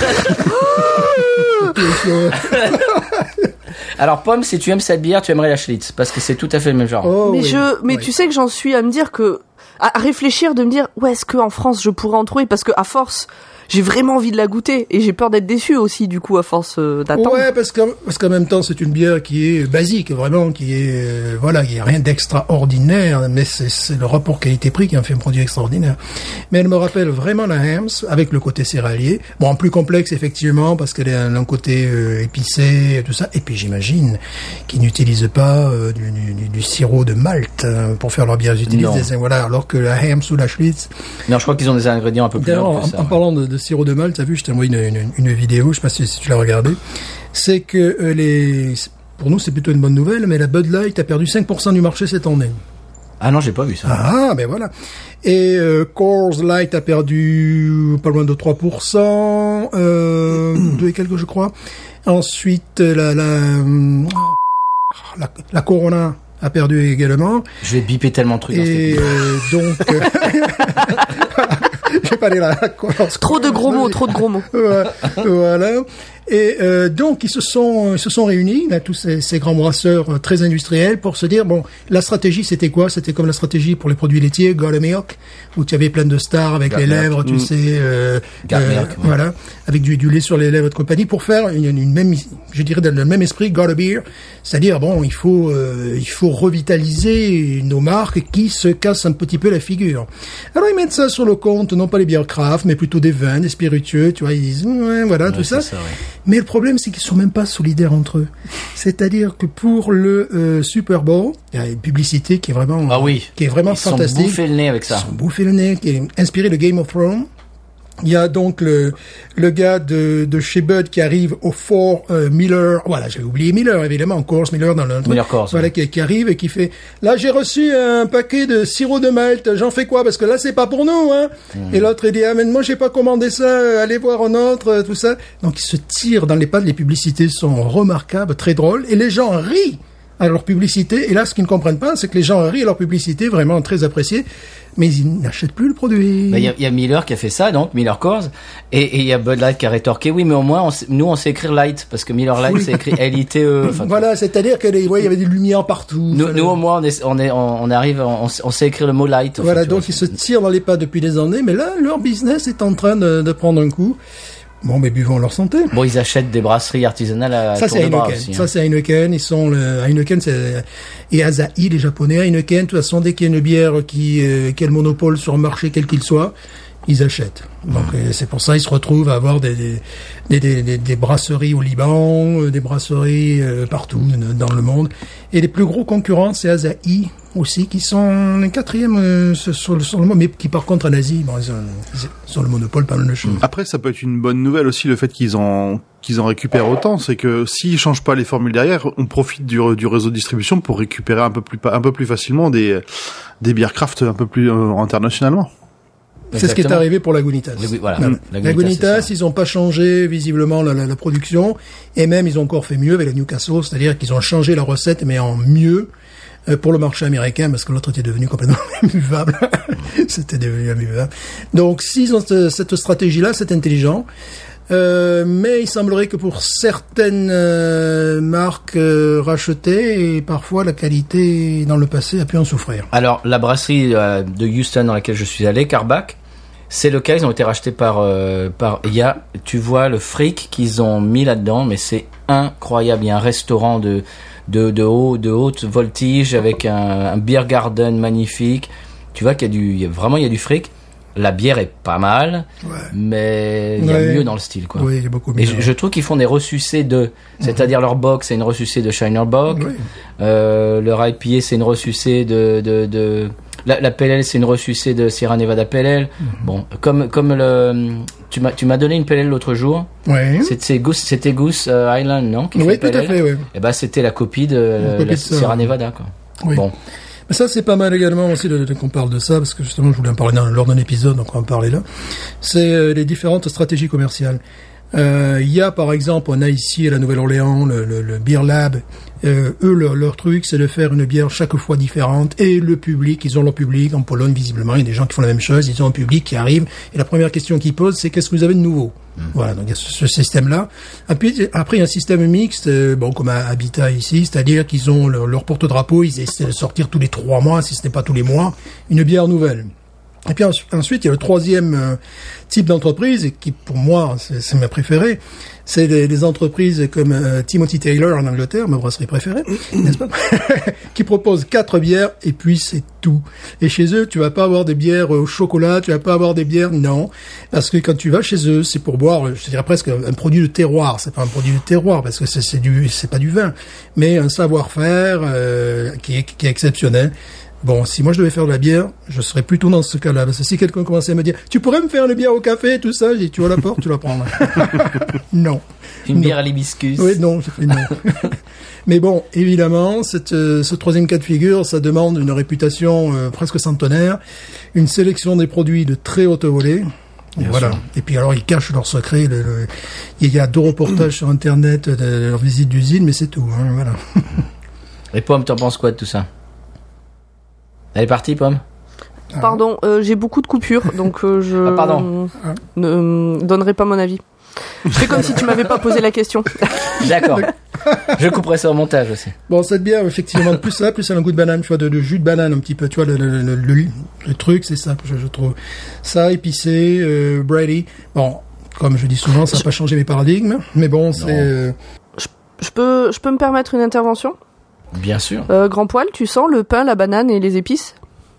Alors, Pomme, si tu aimes cette bière, tu aimerais la Schlitz, parce que c'est tout à fait le même genre. Oh, mais tu sais que j'en suis à me dire à réfléchir, de me dire, où est-ce qu'en France je pourrais en trouver, parce que à force, j'ai vraiment envie de la goûter et j'ai peur d'être déçu aussi du coup à force d'attendre. Ouais, parce qu'en même temps c'est une bière qui est basique, vraiment, qui est il y a rien d'extraordinaire, mais c'est le rapport qualité-prix qui en fait un produit extraordinaire. Mais elle me rappelle vraiment la Hamm's avec le côté céréalier. Bon, en plus complexe effectivement parce qu'elle a un côté épicé et tout ça. Et puis j'imagine qu'ils n'utilisent pas du sirop de malt pour faire leur bière. Ils utilisent alors que la Hamm's ou la Schlitz. Non, je crois qu'ils ont des ingrédients un peu plus. En parlant de sirop de malt, t'as vu, je t'ai envoyé une vidéo, je sais pas si tu l'as regardé. C'est que pour nous c'est plutôt une bonne nouvelle, mais la Bud Light a perdu 5% du marché cette année. Ah non, j'ai pas vu ça. Ah, ben voilà. Et Coors Light a perdu pas loin de 3%, 2 et quelques je crois. Ensuite la Corona a perdu également. Je vais biper tellement de trucs. Et donc vais pas aller là. Trop de gros mots. Voilà. Et donc ils se sont réunis, là, tous ces grands brasseurs très industriels, pour se dire bon, la stratégie c'était quoi? C'était comme la stratégie pour les produits laitiers, Goat Milk, où tu avais plein de stars avec les lèvres, tu sais, voilà, avec du lait sur les lèvres de compagnie, pour faire une même, je dirais dans le même esprit, Goat Beer, c'est-à-dire bon, il faut revitaliser nos marques qui se cassent un petit peu la figure. Alors ils mettent ça sur le compte, non pas les bières craft, mais plutôt des vins, des spiritueux, tu vois, ils disent tout ça. Mais le problème, c'est qu'ils sont même pas solidaires entre eux. C'est-à-dire que pour le Super Bowl, il y a une publicité qui est vraiment, fantastique. Ils se sont bouffé le nez avec ça. Ils se sont bouffé le nez, qui est inspiré de Game of Thrones. Il y a donc le gars de chez Bud qui arrive au Fort Miller. Voilà, j'avais oublié Miller, évidemment, Coors Miller dans le truc. Miller Coors, voilà, qui arrive et qui fait, là, j'ai reçu un paquet de sirop de malt. J'en fais quoi? Parce que là, c'est pas pour nous, hein. Et l'autre, il dit, mais moi, j'ai pas commandé ça. Allez voir un autre, tout ça. Donc, ils se tirent dans les pattes. Les publicités sont remarquables, très drôles. Et les gens rient à leur publicité. Et là, ce qu'ils ne comprennent pas, c'est que les gens rient à leur publicité, vraiment très appréciée. Mais ils n'achètent plus le produit. Il y a Miller qui a fait ça, donc Miller Coors, et il y a Bud Light qui a rétorqué, oui, mais au moins nous on sait écrire Light, parce que Miller Light c'est écrit L-I-T-E. Voilà, c'est-à-dire que il y avait des lumières partout. Nous au moins on sait écrire le mot Light. Voilà, donc ils se tirent dans les pas depuis des années, mais là leur business est en train de prendre un coup. Bon, mais buvons leur santé. Bon, ils achètent des brasseries artisanales à ça, tour de bras aussi. Ça, c'est Heineken. Heineken, et Asahi, les Japonais. Heineken, de toute façon, dès qu'il y a une bière qui a le monopole sur un marché, quel qu'il soit, ils achètent. Donc, c'est pour ça qu'ils se retrouvent à avoir des brasseries au Liban, des brasseries partout dans le monde. Et les plus gros concurrents, c'est Asahi aussi, qui sont les quatrièmes sur le monde, mais qui par contre en Asie, bon, ils ont le monopole pas mal de choses. Après, ça peut être une bonne nouvelle aussi, le fait qu'ils en récupèrent autant, c'est que s'ils changent pas les formules derrière, on profite du réseau de distribution pour récupérer un peu plus facilement des bières craft un peu plus internationalement. C'est ce qui est arrivé pour Lagunitas. Lagunitas, ils n'ont pas changé visiblement la production, et même ils ont encore fait mieux avec la Newcastle, c'est-à-dire qu'ils ont changé la recette, mais en mieux pour le marché américain, parce que l'autre était devenu complètement imbuvable. C'était devenu imbuvable. Donc, s'ils ont cette stratégie-là, c'est intelligent. Mais il semblerait que pour certaines marques rachetées, et parfois la qualité dans le passé a pu en souffrir. Alors, la brasserie de Houston dans laquelle je suis allé, Karbach, c'est le cas, ils ont été rachetés par tu vois le fric qu'ils ont mis là-dedans, mais c'est incroyable. Il y a un restaurant de haute voltige avec un beer garden magnifique. Tu vois qu'il y a du fric. La bière est pas mal, mais il y a mieux dans le style, quoi. Oui, il y a beaucoup mieux. Et je trouve qu'ils font des ressucés c'est-à-dire leur bock, c'est une ressucée de Shiner Bock. Oui. Leur IPA, c'est une ressucée de la PLL, c'est une ressucée de Sierra Nevada PLL. Bon, comme tu m'as donné une PLL l'autre jour. Oui. C'était Goose Island, non? Oui, tout à fait, oui. Et ben, c'était la copie de la Sierra Nevada, quoi. Oui. Bon. Mais ça, c'est pas mal également aussi qu'on parle de ça, parce que justement, je voulais en parler lors d'un épisode, donc on va en parler là. C'est les différentes stratégies commerciales. Il y a, par exemple, on a ici à la Nouvelle-Orléans le Beer Lab. Eux, leur truc, c'est de faire une bière chaque fois différente. Et le public, ils ont leur public. En Pologne, visiblement, il y a des gens qui font la même chose. Ils ont un public qui arrive. Et la première question qu'ils posent, c'est qu'est-ce que vous avez de nouveau? Voilà, donc il y a ce système-là. Après, il y a un système mixte, comme à Habitat ici, c'est-à-dire qu'ils ont leur porte-drapeau, ils essaient de sortir tous les 3 mois, si ce n'est pas tous les mois, une bière nouvelle. Et puis ensuite, il y a le troisième type d'entreprise, qui pour moi, c'est ma préférée. C'est des entreprises comme Timothy Taylor en Angleterre, ma brasserie préférée, n'est-ce pas? Qui proposent 4 bières et puis c'est tout. Et chez eux, tu vas pas avoir des bières au chocolat, tu vas pas avoir des bières, non. Parce que quand tu vas chez eux, c'est pour boire, je dirais presque un produit de terroir. C'est pas un produit de terroir parce que c'est pas du vin, mais un savoir-faire qui est exceptionnel. Bon, si moi je devais faire de la bière, je serais plutôt dans ce cas-là. Parce que si quelqu'un commençait à me dire, tu pourrais me faire une bière au café, tout ça, j'ai dit, tu vois la porte, tu la prends. Non. Une bière à l'hibiscus. Oui, non, j'ai fait non. Mais bon, évidemment, ce troisième cas de figure, ça demande une réputation presque centenaire, une sélection des produits de très haute volée. Voilà. Et puis alors, ils cachent leurs secrets. Il y a 2 reportages sur Internet de leur visite d'usine, mais c'est tout. Hein, voilà. Et Pomme, t'en penses quoi de tout ça? Elle est partie, Pomme? Pardon, j'ai beaucoup de coupures, donc je ne donnerai pas mon avis. Je fais comme si tu m'avais pas posé la question. D'accord. Je couperai ça au montage aussi. Bon, cette bière, effectivement, plus elle a un goût de banane, tu vois, de jus de banane un petit peu, tu vois, le truc, c'est ça, je trouve. Ça, épicé, Brady. Bon, comme je dis souvent, ça n'a pas changé mes paradigmes, mais bon, c'est... Je peux me permettre une intervention ? Bien sûr. Grand Poil, tu sens le pain, la banane et les épices ?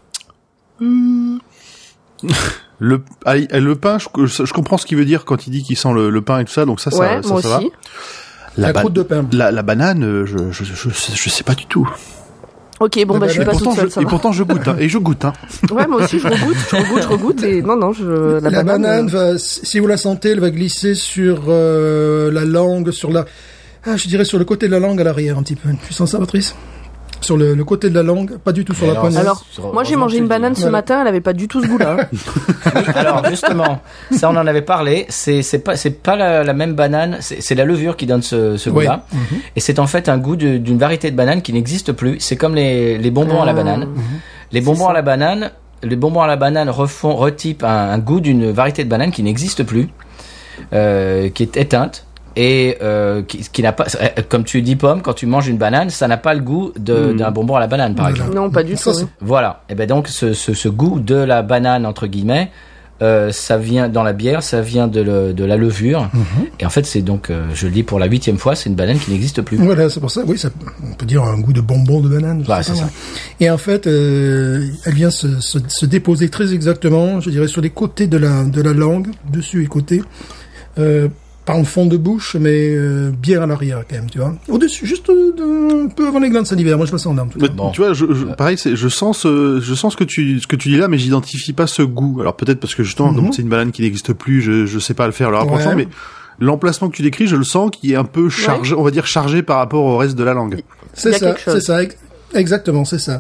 Le pain, je comprends ce qu'il veut dire quand il dit qu'il sent le pain et tout ça, donc ça moi ça aussi. va. La croûte de pain. La banane, je sais pas du tout. Ok, bon, je suis pas toute seule, ça va. Et pourtant, je goûte, hein. Ouais, moi aussi, je regoute, et non, la banane va, si vous la sentez, elle va glisser sur, la langue, je dirais sur le côté de la langue à l'arrière, un petit peu. Tu sens ça, Patrice? Sur le côté de la langue, pas du tout sur la poignée. Alors, moi j'ai mangé une banane ce matin, elle avait pas du tout ce goût-là. Oui, alors justement, ça on en avait parlé, c'est pas la même banane, c'est la levure qui donne ce goût-là. Mm-hmm. Et c'est en fait un goût d'une variété de banane qui n'existe plus. C'est comme les bonbons à la banane. Mm-hmm. Les bonbons à la banane retypent un goût d'une variété de banane qui n'existe plus, qui est éteinte. Et qui n'a pas, comme tu dis pomme, quand tu manges une banane, ça n'a pas le goût d'un bonbon à la banane, par exemple. Non, pas du tout. Voilà. Et ben donc ce goût de la banane entre guillemets, ça vient dans la bière, ça vient de la levure. Mm-hmm. Et en fait, c'est donc, je le dis pour la 8e fois, c'est une banane qui n'existe plus. Voilà, c'est pour ça. Oui, on peut dire un goût de bonbon de banane. Bah, c'est ça. Et en fait, elle vient se déposer très exactement, je dirais, sur les côtés de la langue, dessus et côté. Pas en fond de bouche, mais bien à l'arrière quand même, tu vois. Au-dessus, juste un peu avant les glandes salivaires. Moi, je me sens en tout cas. Bon. Tu vois, pareil, je sens ce que tu dis là, mais j'identifie pas ce goût. Alors peut-être parce que justement, comme c'est une banane qui n'existe plus, je sais pas le faire le rapprochement, mais l'emplacement que tu décris, je le sens qui est un peu chargé, on va dire chargé par rapport au reste de la langue. C'est ça, exactement, c'est ça.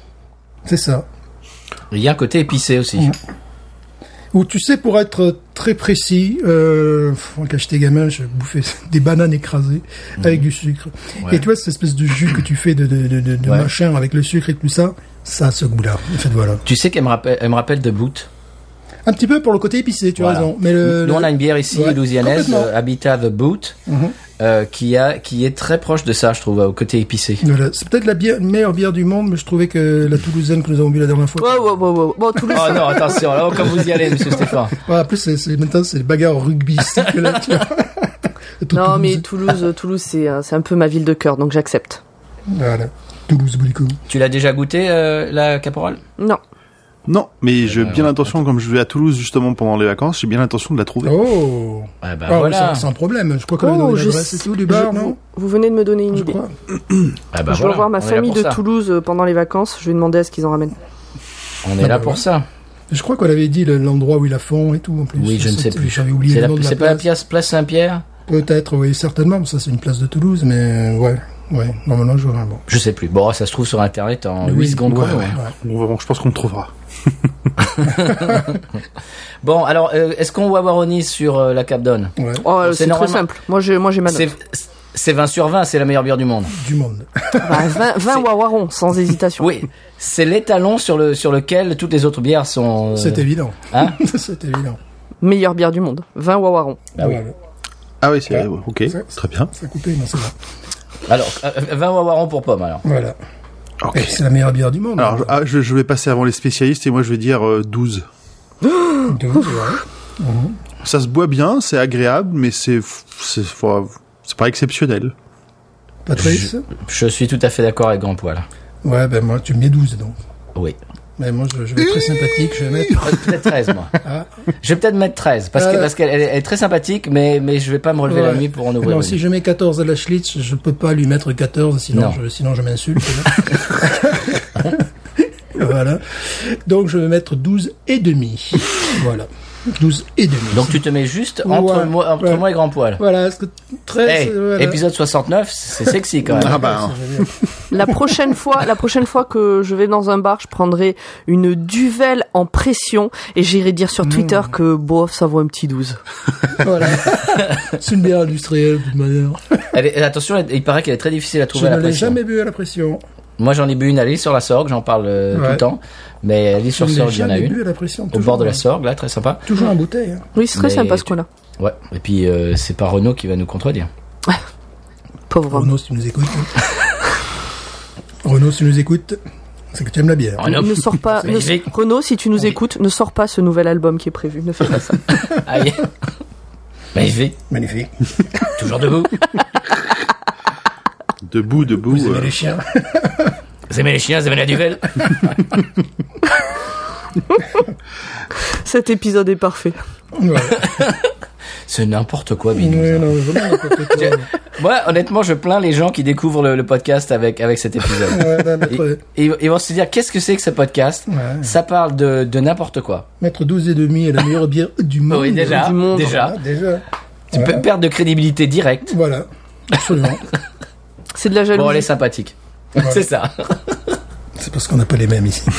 Il y a un côté épicé aussi. Ou tu sais, pour être très précis, quand j'étais gamin, je bouffais des bananes écrasées avec du sucre. Ouais. Et tu vois, cette espèce de jus que tu fais de machin avec le sucre et tout ça, ça a ce goût-là. En fait, voilà. Tu sais qu'elle me rappelle de Boot. Un petit peu pour le côté épicé, tu as raison. Mais nous, on a une bière ici, louisianaise, Habitat the Boot, qui est très proche de ça, je trouve, au côté épicé. Voilà. C'est peut-être la meilleure bière du monde, mais je trouvais que la toulousaine que nous avons bu la dernière fois. Bon, Toulouse. Oh non, attention, là, comme vous y allez, monsieur Stéphane. Ouais, en plus, maintenant, c'est le bagarre rugbystique, là, tu vois. Non, mais Toulouse, c'est un peu ma ville de cœur, donc j'accepte. Voilà. Toulouse, Boulico. Tu l'as déjà goûté, la Caporal? Non, mais j'ai bien l'intention, comme je vais à Toulouse justement pendant les vacances, j'ai bien l'intention de la trouver. Oh, voilà. Sans problème. Je crois qu'on a donné l'adresse et tout du bar, non ? Vous venez de me donner une idée. Je dois voir ma famille de Toulouse pendant les vacances. Je vais demander à ce qu'ils en ramènent. On est là pour ça. Je crois qu'on avait dit l'endroit où ils la font et tout en plus. Oui, je ne sais plus. J'avais oublié le nom de la place. C'est pas la place Saint-Pierre ? Peut-être, oui, certainement. Ça, c'est une place de Toulouse, mais ouais. Normalement, je vois. Bon. Je sais plus. Bon, ça se trouve sur Internet en 8 secondes. Je pense qu'on le trouvera. Bon, alors, est-ce qu'on wawaronise sur la Capdone ? C'est très simple. Moi, j'ai ma note. C'est 20 sur 20, c'est la meilleure bière du monde. 20 wawarons, sans hésitation. Oui, c'est l'étalon sur lequel toutes les autres bières sont... C'est évident. Hein ? C'est évident. Meilleure bière du monde. 20 wawarons. Ah oui, c'est ok, très bien. Ça a coupé, non, c'est bon. Alors, 20 wawarons pour pomme, alors. Voilà. Okay. C'est la meilleure bière du monde. Alors, je vais passer avant les spécialistes et moi je vais dire 12. 12, ouais. Ça se boit bien, c'est agréable, mais c'est pas exceptionnel. Patrice ? Je suis tout à fait d'accord avec Grand Poil. Ouais, ben moi, tu mets 12 donc. Oui. Mais moi, je vais être très sympathique, je vais mettre... Peut-être 13, moi. Je vais peut-être mettre 13, parce qu'elle est très sympathique, mais je vais pas me relever la nuit pour en ouvrir. Non, si je mets 14 à la Schlitz, je peux pas lui mettre 14, sinon je m'insulte. Voilà. Donc, je vais mettre 12 et demi. Voilà. 12 et demi. Donc, tu te mets juste entre moi et Grand Poil. Voilà. 13, voilà. Épisode 69, c'est sexy quand même. La prochaine fois que je vais dans un bar, je prendrai une Duvel en pression et j'irai dire sur Twitter que bof, ça vaut un petit 12. Voilà. C'est une bière industrielle de toute manière. Attention, il paraît qu'elle est très difficile à trouver à la pression. Je ne l'ai jamais bu à la pression. Moi, j'en ai bu une à l'île sur la Sorgue, j'en parle tout le temps. Mais à l'île sur Sorgue, il y en a une. Au bord de la Sorgue, là, très sympa. Toujours en bouteille. Hein. Oui, c'est très sympa ce coin-là. Ouais, et puis c'est pas Renaud qui va nous contredire. Pauvre Renaud, si tu nous écoutes. Renaud, si tu nous écoutes, c'est que tu aimes la bière. Ne sors pas. Renaud, si tu nous écoutes, ne sors pas ce nouvel album qui est prévu. Ne fais pas ça. Aïe. Magnifique. Magnifique. Toujours debout. Debout. Vous aimez les chiens. Vous aimez les chiens, vous aimez la duvel. Cet épisode est parfait. Ouais. C'est n'importe quoi, Binous. Ouais, non, vraiment n'importe quoi. Moi, honnêtement, je plains les gens qui découvrent le podcast avec cet épisode. Ils vont se dire, qu'est-ce que c'est que ce podcast? Ça parle de n'importe quoi. Mettre 12,5 est la meilleure bière du monde. Oui, déjà. Du monde. Déjà. Tu peux perdre de crédibilité directe. Voilà. Absolument. C'est de la jalousie. Bon, elle est sympathique. Voilà. C'est ça. C'est parce qu'on n'a pas les mêmes ici.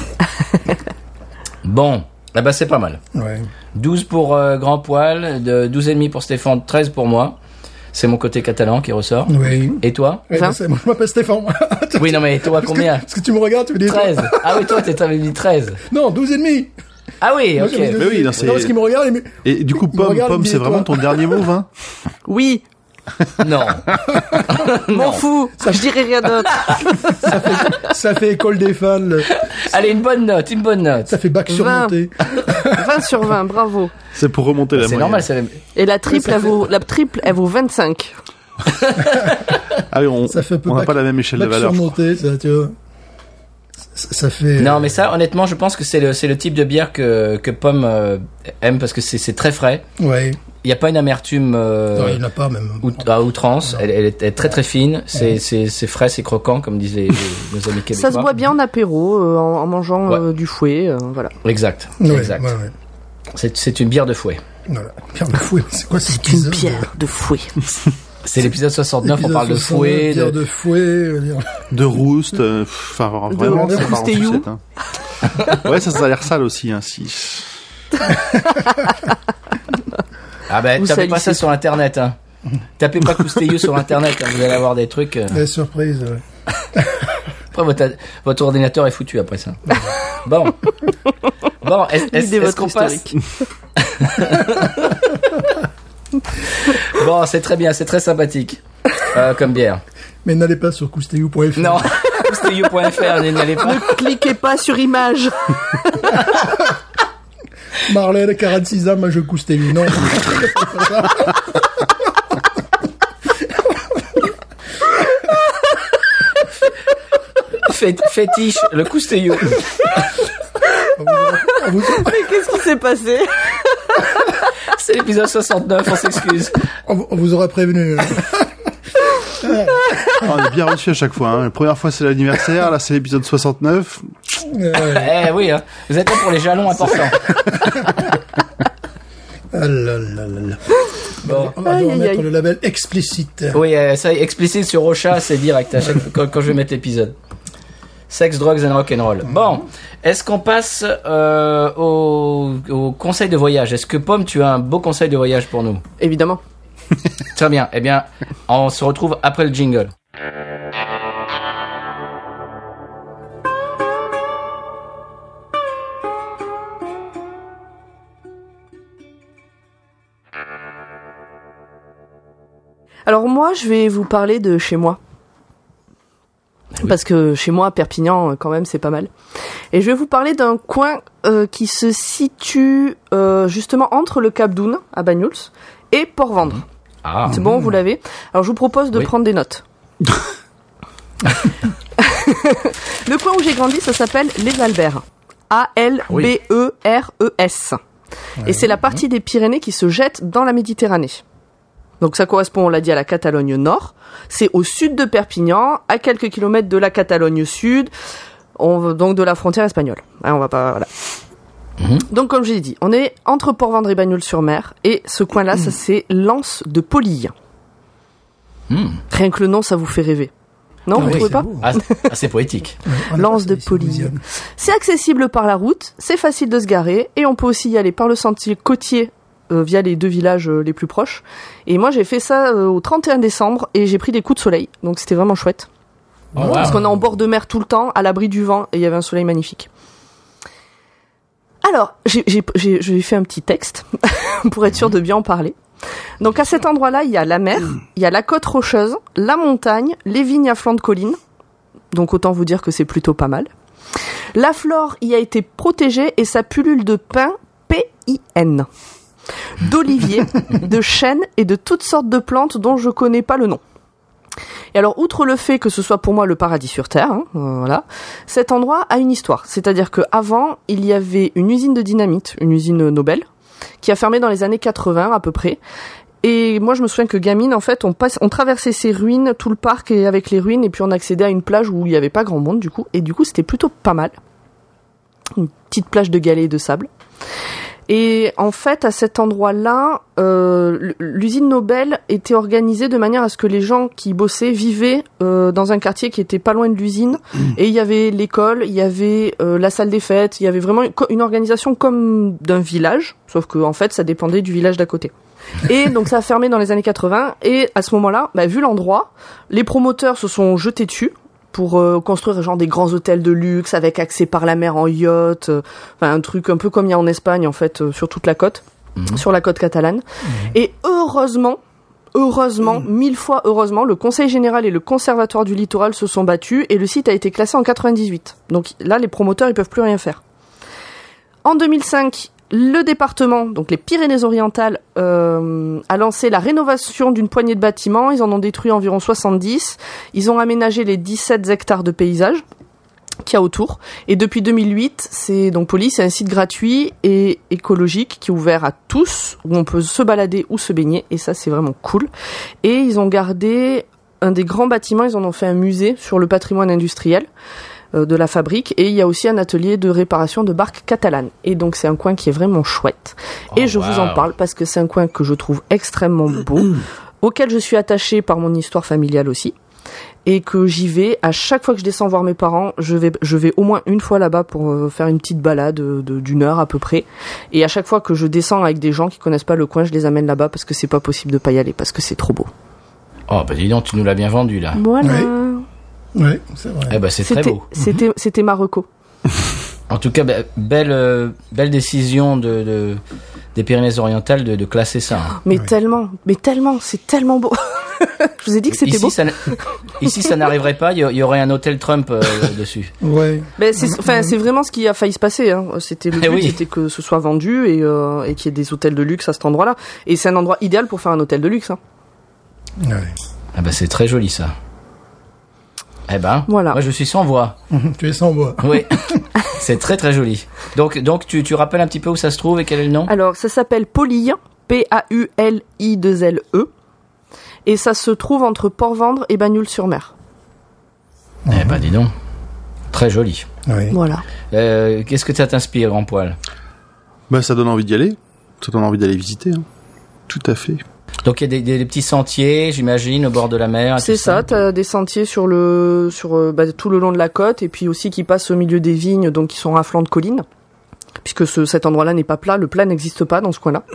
Bon. Ah bah c'est pas mal. Ouais. 12 pour Grand Poil, 12,5 pour Stéphane, 13 pour moi. C'est mon côté catalan qui ressort. Oui. Et toi? Moi, je m'appelle Stéphane. Oui, non, mais toi, combien? Parce que tu me regardes, tu me dis 13. Ah oui, toi, t'avais dit 13. Non, 12,5. Ah oui, ok. Mais oui, non, c'est... parce qu'il me regarde. Et du coup, Pomme, c'est vraiment ton dernier mot, hein? Oui. Non. M'en fous. Je dirais rien d'autre. Ça fait école des fans. Allez, une bonne note. Ça fait bac surmonté. 20 sur 20, bravo. C'est pour remonter la moyenne. C'est normal, ça. Et la triple, elle vaut 25. Ah oui, on n'a pas la même échelle de valeur. Surmonté, ça, tu vois. Ça fait. Non, mais ça, honnêtement, je pense que c'est le type de bière que Pomme aime parce que c'est très frais. Ouais. Il n'y a pas une amertume non, il n'y en a pas même. À outrance. Elle est très très fine. C'est frais, c'est croquant, comme disaient nos amis québécois. Ça se boit bien en apéro, en mangeant du fouet, voilà. Exact. Ouais, exact. Ouais. C'est une bière de fouet. Voilà. Bière de fouet, c'est quoi cet épisode? C'est une bière de fouet. C'est l'épisode 69, on parle de fouet. Bière de fouet. De rouste. Enfin, vraiment, c'est pas rouste. Hein. Ouais, ça a l'air sale aussi, hein, si. Ah ben, tapez pas ça sur internet, hein. Tapez pas Cousteillou sur internet, hein. Vous allez avoir des trucs. Des surprises, ouais. Après, votre ordinateur est foutu après ça. Bon, est-ce qu'on passe? Bon, c'est très bien, c'est très sympathique comme bière. Mais n'allez pas sur cousteillou.fr. Non, cousteillou.fr, n'allez pas. Ne cliquez pas sur image. Marlène, 46 ans, moi je cousteillou. Non. Fétiche, le cousteillou. Mais qu'est-ce qui s'est passé? C'est l'épisode 69, on s'excuse. On vous aura prévenu. On est bien reçu à chaque fois. Hein. La première fois c'est l'anniversaire, là c'est l'épisode 69. Eh oui, hein. Vous êtes là pour les jalons importants. Ah là là là. Bon. On va mettre le label explicite. Oui, ça explicite sur Ocha, c'est direct à chaque, quand je vais mettre l'épisode. Sex, drugs and rock'n'roll. Bon, est-ce qu'on passe au conseil de voyage? Est-ce que Pomme, tu as un beau conseil de voyage pour nous? Évidemment. Très bien. Eh bien, on se retrouve après le jingle. Alors moi, je vais vous parler de chez moi. Oui. Parce que chez moi, Perpignan, quand même, c'est pas mal. Et je vais vous parler d'un coin qui se situe justement entre le Cap d'Oune, à Banyuls, et Port-Vendre. Ah. C'est bon, vous l'avez? Alors je vous propose de prendre des notes. Le coin où j'ai grandi, ça s'appelle Les Alberts. A-L-B-E-R-E-S. Et c'est la partie des Pyrénées qui se jette dans la Méditerranée. Donc ça correspond, on l'a dit, à la Catalogne Nord. C'est au sud de Perpignan, à quelques kilomètres de la Catalogne Sud, donc de la frontière espagnole. On va pas... Voilà. Donc comme je l'ai dit, on est entre Port-Vendre et Bagnols-sur-Mer, et ce coin-là, ça c'est l'Anse de Polille. Rien que le nom, ça vous fait rêver. Non, vous trouvez pas? C'est poétique. L'Anse de Polille. C'est accessible par la route, c'est facile de se garer, et on peut aussi y aller par le sentier côtier via les deux villages les plus proches. Et moi, j'ai fait ça au 31 décembre, et j'ai pris des coups de soleil, donc c'était vraiment chouette. Parce qu'on est en bord de mer tout le temps, à l'abri du vent, et il y avait un soleil magnifique. Alors, j'ai fait un petit texte pour être sûr de bien en parler. Donc à cet endroit-là, il y a la mer, il y a la côte rocheuse, la montagne, les vignes à flanc de colline. Donc autant vous dire que c'est plutôt pas mal. La flore y a été protégée et ça pullule de pin, P-I-N, d'oliviers, de chênes et de toutes sortes de plantes dont je connais pas le nom. Et alors, outre le fait que ce soit pour moi le paradis sur Terre, voilà, cet endroit a une histoire. C'est-à-dire qu'avant, il y avait une usine de dynamite, une usine Nobel, qui a fermé dans les années 80 à peu près. Et moi, je me souviens que gamine, en fait, on traversait ces ruines, tout le parc et avec les ruines, et puis on accédait à une plage où il n'y avait pas grand monde, du coup. Et du coup, c'était plutôt pas mal. Une petite plage de galets et de sable. Et en fait, à cet endroit-là, l'usine Nobel était organisée de manière à ce que les gens qui bossaient vivaient dans un quartier qui était pas loin de l'usine. Et il y avait l'école, il y avait la salle des fêtes, il y avait vraiment une organisation comme d'un village, sauf que en fait, ça dépendait du village d'à côté. Et donc ça a fermé dans les années 80. Et à ce moment-là, vu l'endroit, les promoteurs se sont jetés dessus pour construire genre des grands hôtels de luxe avec accès par la mer en yacht, un truc un peu comme il y a en Espagne en fait sur toute la côte, sur la côte catalane. Et heureusement, 1000 fois heureusement, le Conseil général et le Conservatoire du littoral se sont battus et le site a été classé en 98. Donc là, les promoteurs ils peuvent plus rien faire. En 2005, le département, donc les Pyrénées-Orientales, a lancé la rénovation d'une poignée de bâtiments. Ils en ont détruit environ 70. Ils ont aménagé les 17 hectares de paysages qu'il y a autour. Et depuis 2008, c'est un site gratuit et écologique qui est ouvert à tous, où on peut se balader ou se baigner. Et ça, c'est vraiment cool. Et ils ont gardé un des grands bâtiments. Ils en ont fait un musée sur le patrimoine industriel de la fabrique, et il y a aussi un atelier de réparation de barques catalanes. Et donc c'est un coin qui est vraiment chouette. Et je vous en parle parce que c'est un coin que je trouve extrêmement beau, auquel je suis attachée par mon histoire familiale aussi, et que j'y vais à chaque fois que je descends voir mes parents. Je vais au moins une fois là-bas pour faire une petite balade d'une heure à peu près. Et à chaque fois que je descends avec des gens qui connaissent pas le coin, je les amène là-bas parce que c'est pas possible de pas y aller, parce que c'est trop beau. Oh bah dis donc, tu nous l'as bien vendu là. Voilà. Oui, c'est vrai. Eh ben, c'est très beau. C'était ma reco. En tout cas, belle décision des Pyrénées-Orientales de classer ça. Mais tellement, c'est tellement beau. Je vous ai dit que c'était beau. Ici, ça n'arriverait pas. Il y aurait un hôtel Trump dessus. Ouais. C'est vraiment ce qui a failli se passer. Hein. C'était le but, c'était que ce soit vendu et qu'il y ait des hôtels de luxe à cet endroit-là. Et c'est un endroit idéal pour faire un hôtel de luxe. Hein. Ouais. Ah bah c'est très joli ça. Eh ben, voilà. Moi je suis sans voix. Tu es sans voix. Oui, c'est très très joli. Donc tu rappelles un petit peu où ça se trouve et quel est le nom ? Alors ça s'appelle Paulille, P-A-U-L-I-2-L-E, et ça se trouve entre Port-Vendre et Bagnoul-sur-Mer. Eh ben dis donc, très joli. Oui. Voilà. Qu'est-ce que ça t'inspire, Grand Poil ? Ça donne envie d'y aller. Ça donne envie d'aller visiter. Hein. Tout à fait. Donc il y a des petits sentiers, j'imagine, au bord de la mer. C'est ça, t'as des sentiers sur tout le long de la côte, et puis aussi qui passent au milieu des vignes, donc qui sont à flanc de colline, puisque cet endroit-là n'est pas plat, le plat n'existe pas dans ce coin-là.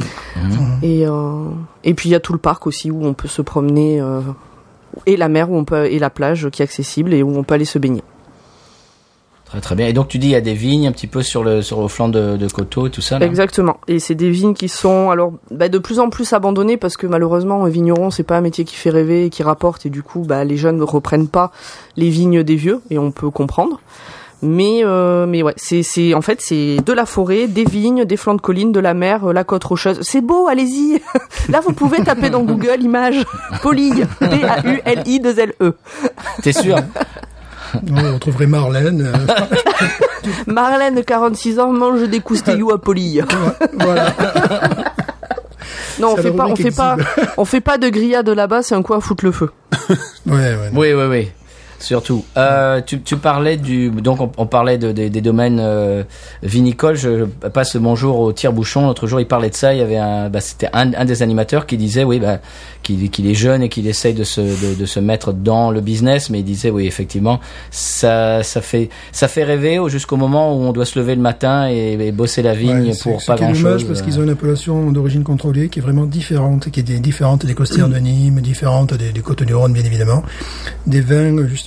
Et puis il y a tout le parc aussi où on peut se promener, et la mer et la plage qui est accessible et où on peut aller se baigner. Très très bien. Et donc tu dis il y a des vignes un petit peu au flanc de coteaux et tout ça là. Exactement. Et c'est des vignes qui sont de plus en plus abandonnées parce que malheureusement vigneron c'est pas un métier qui fait rêver et qui rapporte, et du coup les jeunes ne reprennent pas les vignes des vieux, et on peut comprendre. Mais ouais, c'est en fait c'est de la forêt, des vignes, des flancs de collines, de la mer, la côte rocheuse. C'est beau, allez-y. Là vous pouvez taper dans Google images Paulille, P-A-U-L-I-2-L-E. T'es sûr? On retrouverait Marlène. Marlène, 46 ans, mange des coustilloux à Paulille. Voilà. Non, on fait pas de grillade là-bas, c'est un coin à foutre le feu. Oui. Surtout. Tu parlais donc on parlait des domaines vinicoles. Je passe le bonjour au tire-bouchon. L'autre jour, il parlait de ça. Il y avait c'était un des animateurs qui disait qu'il est jeune et qu'il essaye de se mettre dans le business, mais il disait oui, effectivement, ça fait rêver jusqu'au moment où on doit se lever le matin et bosser la vigne pour pas grand chose. C'est dommage parce qu'ils ont une appellation d'origine contrôlée qui est vraiment différente, qui est différente des costières de Nîmes, différente des Côtes-du-Rhône, bien évidemment, des vins justement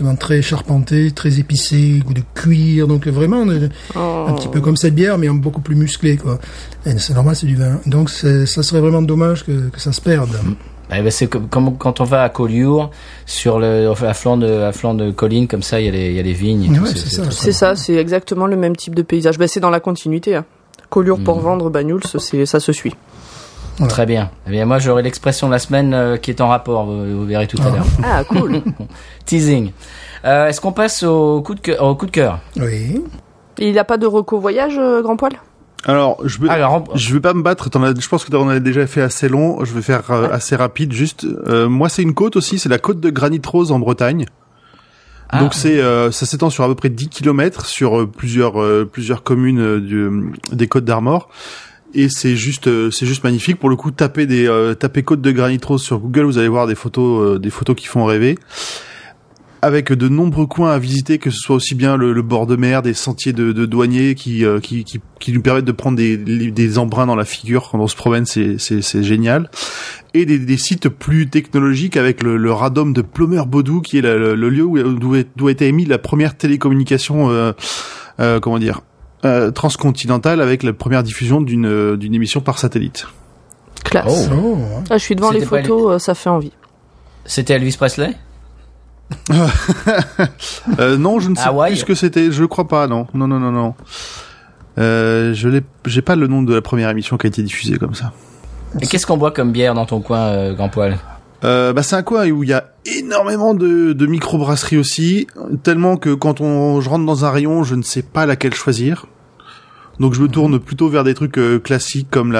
justement très charpenté, très épicé, goût de cuir, donc vraiment un petit peu comme cette bière, mais beaucoup plus musclé, quoi. Et c'est normal, c'est du vin. Donc ça serait vraiment dommage que ça se perde. C'est comme quand on va à Collioure, sur à flanc de colline, comme ça, il y a les vignes. Et ouais, c'est ça, c'est exactement le même type de paysage. C'est dans la continuité. Hein. Collioure, Port-Vendre, Banyuls, ça se suit. Ouais. Très bien. Eh bien, moi, j'aurai l'expression de la semaine qui est en rapport. Vous verrez tout à l'heure. Ah, cool. Teasing. Est-ce qu'on passe au coup de cœur? Oui. Et il n'y a pas de reco voyage, Grand Poil? Alors, je vais pas me battre. Je pense que t'en as déjà fait assez long. Je vais faire assez rapide. Juste, moi, c'est une côte aussi. C'est la côte de Granit Rose en Bretagne. Donc ça s'étend sur à peu près 10 kilomètres sur plusieurs communes des Côtes d'Armor. Et c'est juste magnifique. Pour le coup, tapez côte de Granit Rose sur Google, vous allez voir des photos qui font rêver. Avec de nombreux coins à visiter, que ce soit aussi bien le bord de mer, des sentiers de douaniers qui nous permettent de prendre des embruns dans la figure quand on se promène, c'est génial. Et des sites plus technologiques avec le radome de Plomer-Bodou, qui est le lieu d'où a été émise la première télécommunication, transcontinentale, avec la première diffusion d'une émission par satellite. Classe. Oh. Je suis devant les photos, ça fait envie. C'était Elvis Presley? Non, je ne sais plus ce que c'était. Je crois pas. Non. J'ai pas le nom de la première émission qui a été diffusée comme ça. Et qu'est-ce qu'on boit comme bière dans ton coin, Grand Poil? C'est un coin où il y a énormément de microbrasseries aussi, tellement que quand je rentre dans un rayon, je ne sais pas laquelle choisir. Donc je me tourne plutôt vers des trucs classiques comme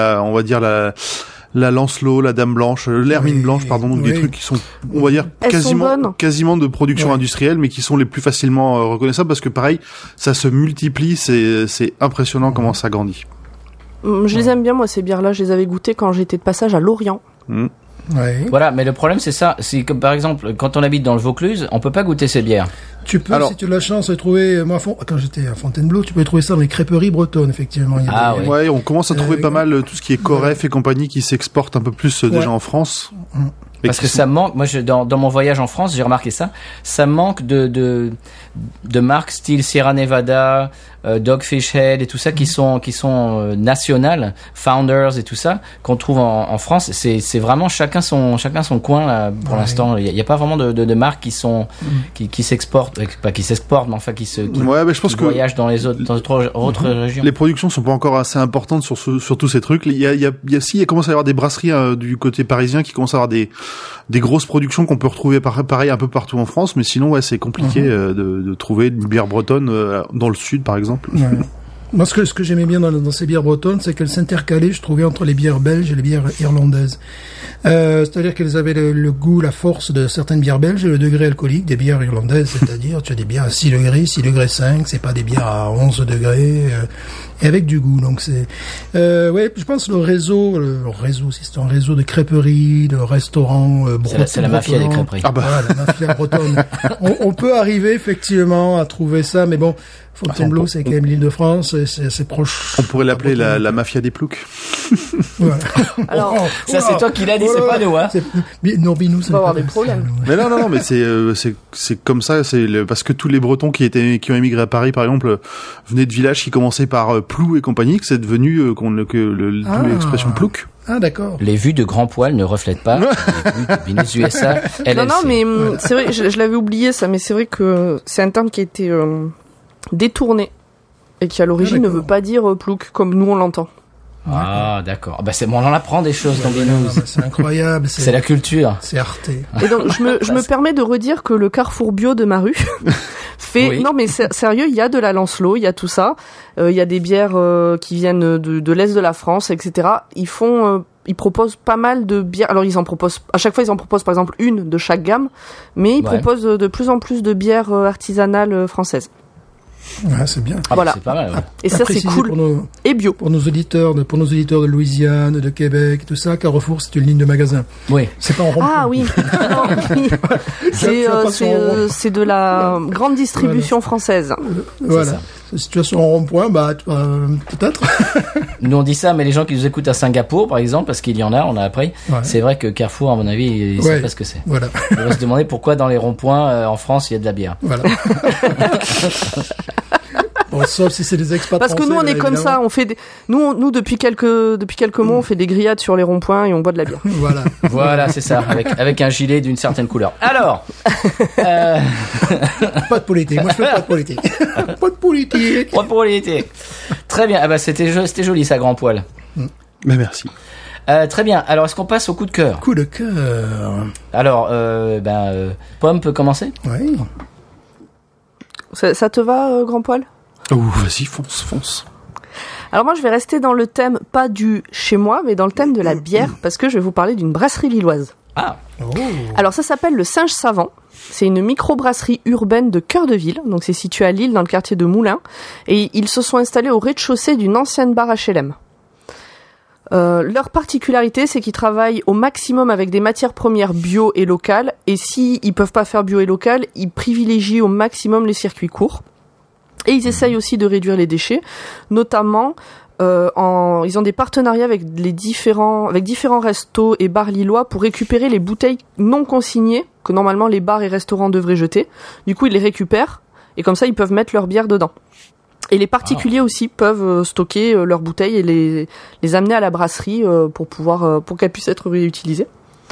la Lancelot, la Dame Blanche, l'Hermine Blanche, pardon, des trucs qui sont, on va dire, quasiment de production industrielle, mais qui sont les plus facilement reconnaissables parce que pareil, ça se multiplie, c'est impressionnant comment ça grandit. Je les aime bien, moi, ces bières-là, je les avais goûtées quand j'étais de passage à Lorient. Ouais. Voilà, mais le problème c'est ça, c'est comme par exemple quand on habite dans le Vaucluse, on peut pas goûter ces bières. Tu peux, si tu as la chance de trouver, moi quand j'étais à Fontainebleau, tu peux trouver ça dans les crêperies bretonnes, effectivement. Ouais, on commence à trouver pas mal tout ce qui est Coref et compagnie qui s'exporte un peu plus déjà en France. Parce que ça manque, moi dans mon voyage en France, j'ai remarqué ça manque de marques style Sierra Nevada, Dogfish Head et tout ça qui sont nationales, Founders et tout ça qu'on trouve en France. C'est vraiment chacun son coin là, pour l'instant. Il y a pas vraiment de marques qui s'exportent, pas qui s'exportent, mais enfin qui je pense que voyagent dans les autres régions. Les productions sont pas encore assez importantes sur tous ces trucs. Il commence à y avoir des brasseries du côté parisien qui commencent à avoir des grosses productions qu'on peut retrouver pareil un peu partout en France, mais sinon c'est compliqué de trouver une bière bretonne dans le sud par exemple. Ouais. Moi, ce que j'aimais bien dans ces bières bretonnes, c'est qu'elles s'intercalaient, je trouvais, entre les bières belges et les bières irlandaises. C'est-à-dire qu'elles avaient le goût, la force de certaines bières belges et le degré alcoolique des bières irlandaises. C'est-à-dire, tu as des bières à 6 degrés, 6 degrés 5, c'est pas des bières à 11 degrés, et avec du goût. Donc je pense le réseau, si c'est un réseau de crêperies, de restaurants, c'est la mafia des crêperies. Voilà, la mafia bretonne. on peut arriver, effectivement, à trouver ça, mais bon, Fontainebleau, c'est quand même l'Île-de-France, c'est proche. On pourrait l'appeler la mafia des ploucs. Voilà. Alors, ça c'est toi qui l'as dit, c'est pas nous, hein. Non, Binou, ça va avoir des problèmes. Mais non, mais c'est comme ça, parce que tous les Bretons qui ont émigré à Paris, par exemple, venaient de villages qui commençaient par Plou et compagnie, que c'est devenu l'expression plouc. Ah, d'accord. Les vues de Grand Poil ne reflètent pas les vues de Binous USA LLC. Non, mais c'est vrai, je l'avais oublié ça, mais c'est vrai que c'est un terme qui a été détourné et qui à l'origine ne veut pas dire plouc comme nous on l'entend. Ah, d'accord. On en apprend des choses dans Binous. C'est incroyable. C'est la culture. C'est Arte. Et donc, je me permets de redire que le carrefour bio de ma rue fait... Oui. Non, mais sérieux, il y a de la Lancelot, il y a tout ça. Il y a des bières qui viennent de l'Est de la France, etc. Ils proposent pas mal de bières. Alors, à chaque fois, ils en proposent par exemple une de chaque gamme, mais ils proposent de plus en plus de bières artisanales françaises. Ouais, c'est bien. Voilà. C'est pas mal. Ouais. Et ça, c'est cool. Et bio. Pour nos auditeurs de Louisiane, de Québec, tout ça, Carrefour, c'est une ligne de magasin. Oui. C'est pas en rond. Ah oui. C'est de la grande distribution française. Voilà. situation en rond-point, peut-être. Nous on dit ça, mais les gens qui nous écoutent à Singapour, par exemple, parce qu'il y en a, on a appris, c'est vrai que Carrefour, à mon avis, ils savent pas ce que c'est. Voilà. On va se demander pourquoi dans les ronds-points en France, il y a de la bière. Voilà. Bon, sauf si c'est des expats parce que nous on est comme ça, on fait nous depuis quelques mois on fait des grillades sur les ronds-points et on boit de la bière. Voilà, c'est ça, avec un gilet d'une certaine couleur. Alors, pas de politique. Moi je fais pas de politique. Pas de politique. Pas de politique. Très bien. Ah bah c'était joli ça, grand poil. Mais merci. Très bien. Alors est-ce qu'on passe au coup de cœur? Coup de cœur. Alors Pomme peut commencer? Oui. Ça te va, grand poil? Vas-y, fonce. Alors moi, je vais rester dans le thème, pas du chez moi, mais dans le thème de la bière, parce que je vais vous parler d'une brasserie lilloise. Ah. Alors ça s'appelle le Singe Savant. C'est une microbrasserie urbaine de cœur de ville. Donc c'est situé à Lille, dans le quartier de Moulins. Et ils se sont installés au rez-de-chaussée d'une ancienne bar HLM. Leur particularité, c'est qu'ils travaillent au maximum avec des matières premières bio et locales. Et si ils peuvent pas faire bio et local, ils privilégient au maximum les circuits courts. Et ils essayent aussi de réduire les déchets, notamment ils ont des partenariats avec différents restos et bars lillois pour récupérer les bouteilles non consignées que normalement les bars et restaurants devraient jeter. Du coup, ils les récupèrent et comme ça, ils peuvent mettre leur bière dedans. Et les particuliers aussi peuvent stocker leurs bouteilles et les amener à la brasserie pour qu'elles puissent être réutilisées.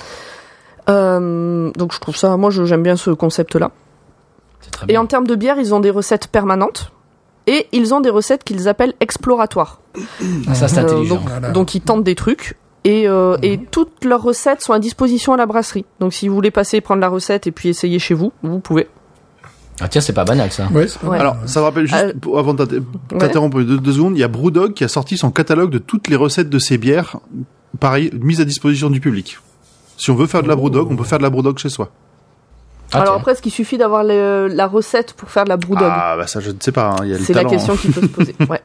Donc je trouve ça, moi j'aime bien ce concept-là. Et en termes de bière, ils ont des recettes permanentes et ils ont des recettes qu'ils appellent exploratoires. Ça c'est intelligent. Donc ils tentent des trucs et toutes leurs recettes sont à disposition à la brasserie. Donc si vous voulez passer prendre la recette et puis essayer chez vous, vous pouvez. Ah tiens, c'est pas banal ça. Ouais, c'est pas Alors, ça me rappelle juste, avant de t'interrompre deux secondes, il y a Brewdog qui a sorti son catalogue de toutes les recettes de ses bières, pareil, mises à disposition du public. Si on veut faire de la Brewdog, on peut faire de la Brewdog chez soi. Alors après, est-ce qu'il suffit d'avoir la recette pour faire de la Brewdog? Ah bah ça je ne sais pas, hein. Il y a le c'est talent, la question qui peut se poser. Ouais.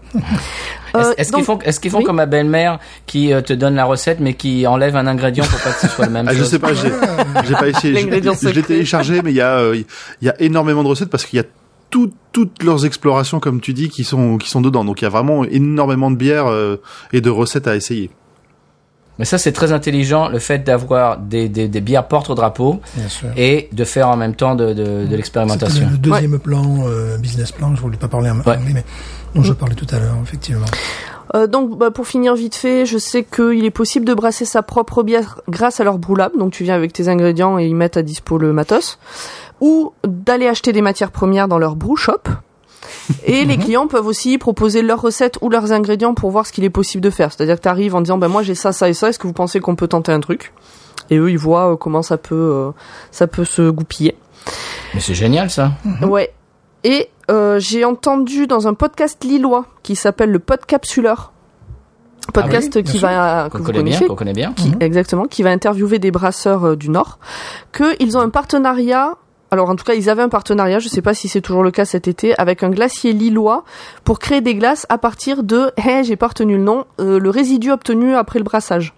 Est-ce qu'ils font comme ma belle-mère qui te donne la recette mais qui enlève un ingrédient pour pas que ce soit le même chose? Je sais pas, j'ai pas essayé. Je l'ai téléchargé, mais il y a énormément de recettes parce qu'il y a toutes leurs explorations, comme tu dis, qui sont dedans. Donc il y a vraiment énormément de bières et de recettes à essayer. Mais ça, c'est très intelligent, le fait d'avoir des bières porte-drapeau et de faire en même temps de l'expérimentation. C'était le deuxième plan, business plan, je voulais pas parler en anglais, mais dont je parlais tout à l'heure, effectivement. Donc, pour finir vite fait, je sais qu'il est possible de brasser sa propre bière grâce à leur brewlab. Donc, tu viens avec tes ingrédients et ils mettent à dispo le matos. Ou d'aller acheter des matières premières dans leur brew shop. Et les clients peuvent aussi proposer leurs recettes ou leurs ingrédients pour voir ce qu'il est possible de faire. C'est-à-dire que tu arrives en disant moi j'ai ça et ça, est-ce que vous pensez qu'on peut tenter un truc? Et eux ils voient comment ça peut se goupiller. Mais c'est génial ça. Ouais. Et j'ai entendu dans un podcast lillois qui s'appelle le Podcapsuleur. Podcast que vous connaissez bien. Exactement, qui va interviewer des brasseurs du Nord, qu'ils ont un partenariat. Alors en tout cas, ils avaient un partenariat, je sais pas si c'est toujours le cas cet été, avec un glacier lillois pour créer des glaces à partir de, j'ai pas retenu le nom, le résidu obtenu après le brassage.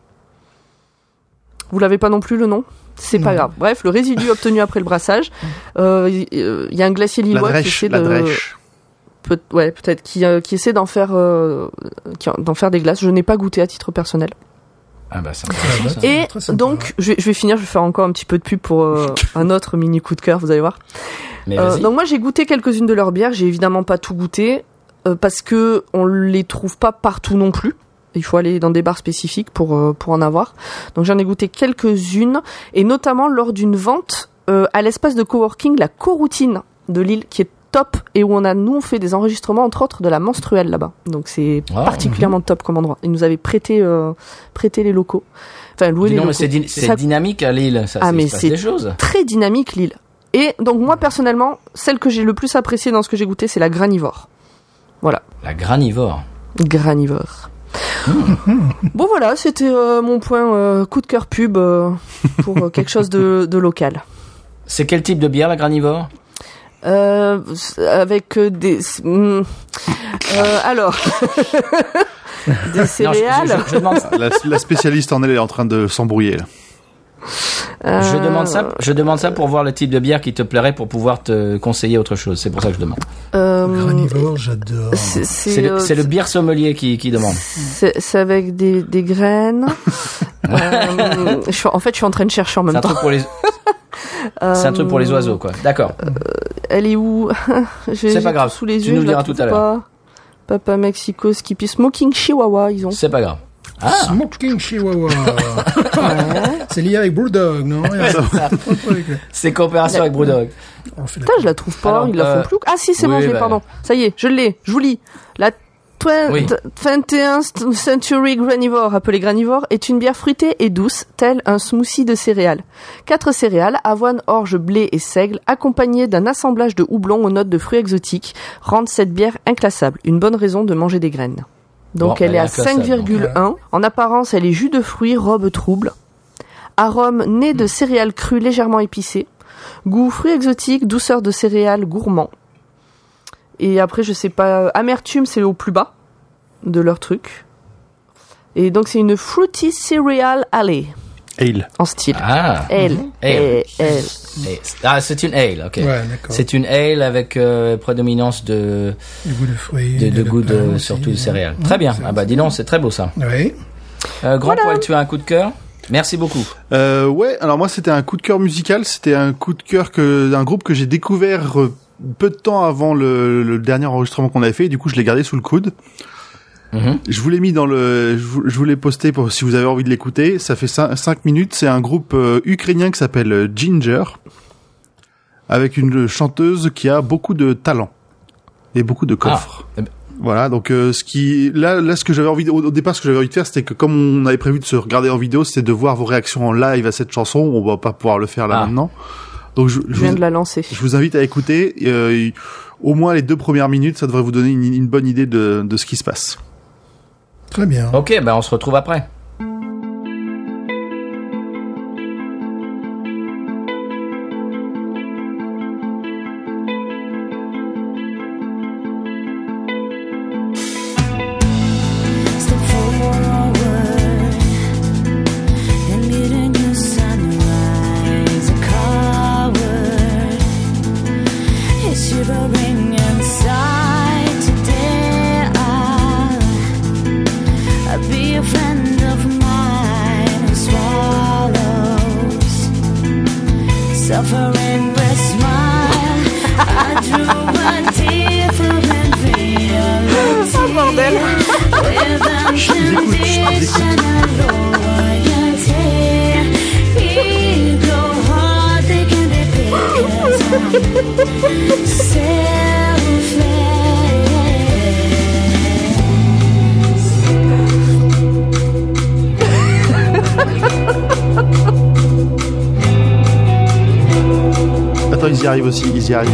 Vous l'avez pas non plus le nom? C'est pas grave. Bref, le résidu obtenu après le brassage. Il y a un glacier lillois qui essaie peut-être qui essaie d'en faire des glaces. Je n'ai pas goûté à titre personnel. Ah bah ça et donc je vais finir, je vais faire encore un petit peu de pub pour un autre mini coup de cœur, vous allez voir. Donc moi j'ai goûté quelques-unes de leurs bières, j'ai évidemment pas tout goûté parce que on les trouve pas partout non plus. Il faut aller dans des bars spécifiques pour en avoir. Donc j'en ai goûté quelques-unes et notamment lors d'une vente à l'espace de coworking La Coroutine de Lille qui est top et où on fait des enregistrements entre autres de la menstruelle là-bas. Donc c'est particulièrement top comme endroit. Ils nous avaient prêté les locaux. Enfin loué les locaux. Mais c'est dynamique à Lille, ça mais se passe c'est des choses. Très dynamique Lille. Et donc moi personnellement, celle que j'ai le plus appréciée dans ce que j'ai goûté, c'est la Granivore. Voilà. La Granivore. Bon voilà, c'était mon point coup de cœur pub pour quelque chose de local. C'est quel type de bière la Granivore? Avec des alors des céréales. Je demande. La spécialiste en elle est en train de s'embrouiller là. Je demande ça pour voir le type de bière qui te plairait pour pouvoir te conseiller autre chose. C'est pour ça que je demande. Granivore, j'adore. C'est le bière sommelier qui demande. C'est avec des graines. En fait, je suis en train de chercher en même temps. C'est un truc pour les oiseaux, quoi. D'accord. Elle est où? C'est pas grave. Sous les tu yeux, nous le diras tout à l'heure. Papa Mexico, Skippy, Smoking Chihuahua, ils ont. C'est pas grave. Smoking Chihuahua. C'est lié avec Brewdog, non? C'est coopération avec Brewdog. Putain, je la trouve pas. Alors, ils la font plus. Ah si, c'est bon, je l'ai, pardon. Ça y est, je l'ai. Je vous lis. La 21st Century Granivore, appelée Granivore, est une bière fruitée et douce, telle un smoothie de céréales. 4 céréales, avoine, orge, blé et seigle, accompagnées d'un assemblage de houblon aux notes de fruits exotiques, rendent cette bière inclassable. Une bonne raison de manger des graines. Donc elle est à 5,1. En apparence, elle est jus de fruits, robe trouble. Arôme né de céréales crues légèrement épicées. Goût fruits exotiques, douceur de céréales, gourmand. Et après, je sais pas, amertume, c'est au plus bas de leur truc. Et donc, c'est une Fruity Cereal Ale. Ale. En style. Ah. Ale. Ah, c'est une ale, ok. Ouais, d'accord. C'est une ale avec prédominance de goût de fruits. De goût de, surtout de céréales. Très bien. Ah bah, dis donc, c'est très beau ça. Oui. Grand Poil, tu as un coup de cœur? Merci beaucoup. Ouais, alors moi, c'était un coup de cœur musical. C'était un coup de cœur d'un groupe que j'ai découvert peu de temps avant le dernier enregistrement qu'on avait fait, et du coup je l'ai gardé sous le coude. Je vous l'ai mis je vous l'ai posté pour si vous avez envie de l'écouter. Ça fait 5 minutes. C'est un groupe ukrainien qui s'appelle Ginger, avec une chanteuse qui a beaucoup de talent et beaucoup de coffre. Voilà, donc ce que j'avais envie au départ, ce que j'avais envie de faire, c'était que comme on avait prévu de se regarder en vidéo, c'était de voir vos réactions en live à cette chanson. On va pas pouvoir le faire là maintenant. Donc je viens de la lancer. Je vous invite à écouter. Au moins les 2 premières minutes, ça devrait vous donner une bonne idée de ce qui se passe. Très bien. Ok, on se retrouve après. Attends, ils y arrivent aussi.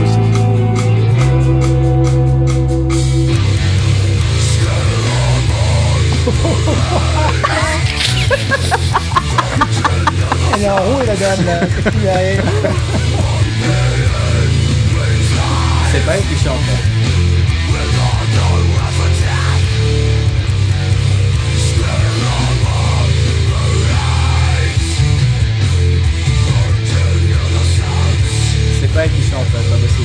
Elle est en roue, la dame, là. Qu'est-ce qu'il y a? C'est pas elle qui chante. C'est pas elle qui chante, c'est pas possible.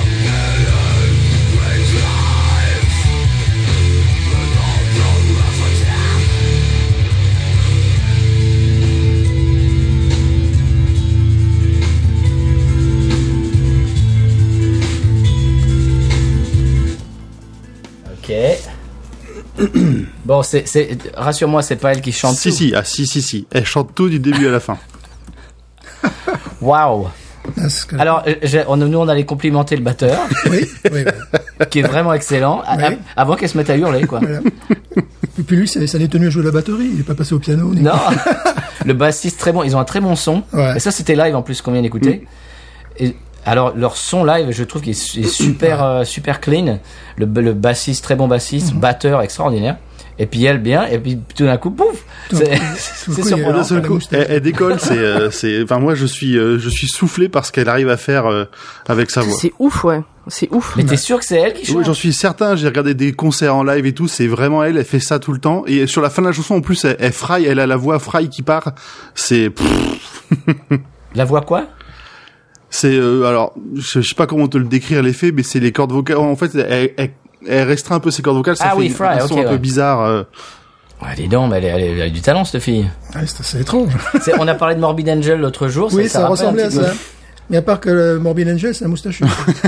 Bon, rassure-moi, c'est pas elle qui chante tout. Si. Elle chante tout du début à la fin. Waouh. Alors, nous, on allait complimenter le batteur. Oui. Qui est vraiment excellent. Oui. Avant qu'elle se mette à hurler, quoi. Voilà. Et puis lui, ça n'est tenu à jouer la batterie. Il n'est pas passé au piano. Non. Le bassiste, très bon. Ils ont un très bon son. Ouais. Et ça, c'était live, en plus, qu'on vient d'écouter. Et alors, leur son live, je trouve qu'il est super, super clean. Le bassiste, très bon bassiste. Batteur, extraordinaire. Et puis elle bien, et puis tout d'un coup, pouf, c'est surprenant. Elle décolle, enfin moi je suis soufflé par ce qu'elle arrive à faire avec sa voix. C'est ouf, ouais, c'est ouf. Mais t'es sûr que c'est elle qui chante? Oui, j'en suis certain. J'ai regardé des concerts en live et tout, c'est vraiment elle. Elle fait ça tout le temps. Et sur la fin de la chanson, en plus, elle a la voix fry qui part. C'est. La voix quoi? C'est alors je sais pas comment te le décrire l'effet, mais c'est les cordes vocales. En fait, elle restreint un peu ses cordes vocales. Ça fait un son un peu bizarre. Dis donc, elle a du talent cette fille. Ouais, c'est assez étrange. On a parlé de Morbid Angel l'autre jour. Oui, ça ressemblait à ça. Mais à part que le Morbid Angel, c'est un moustachu.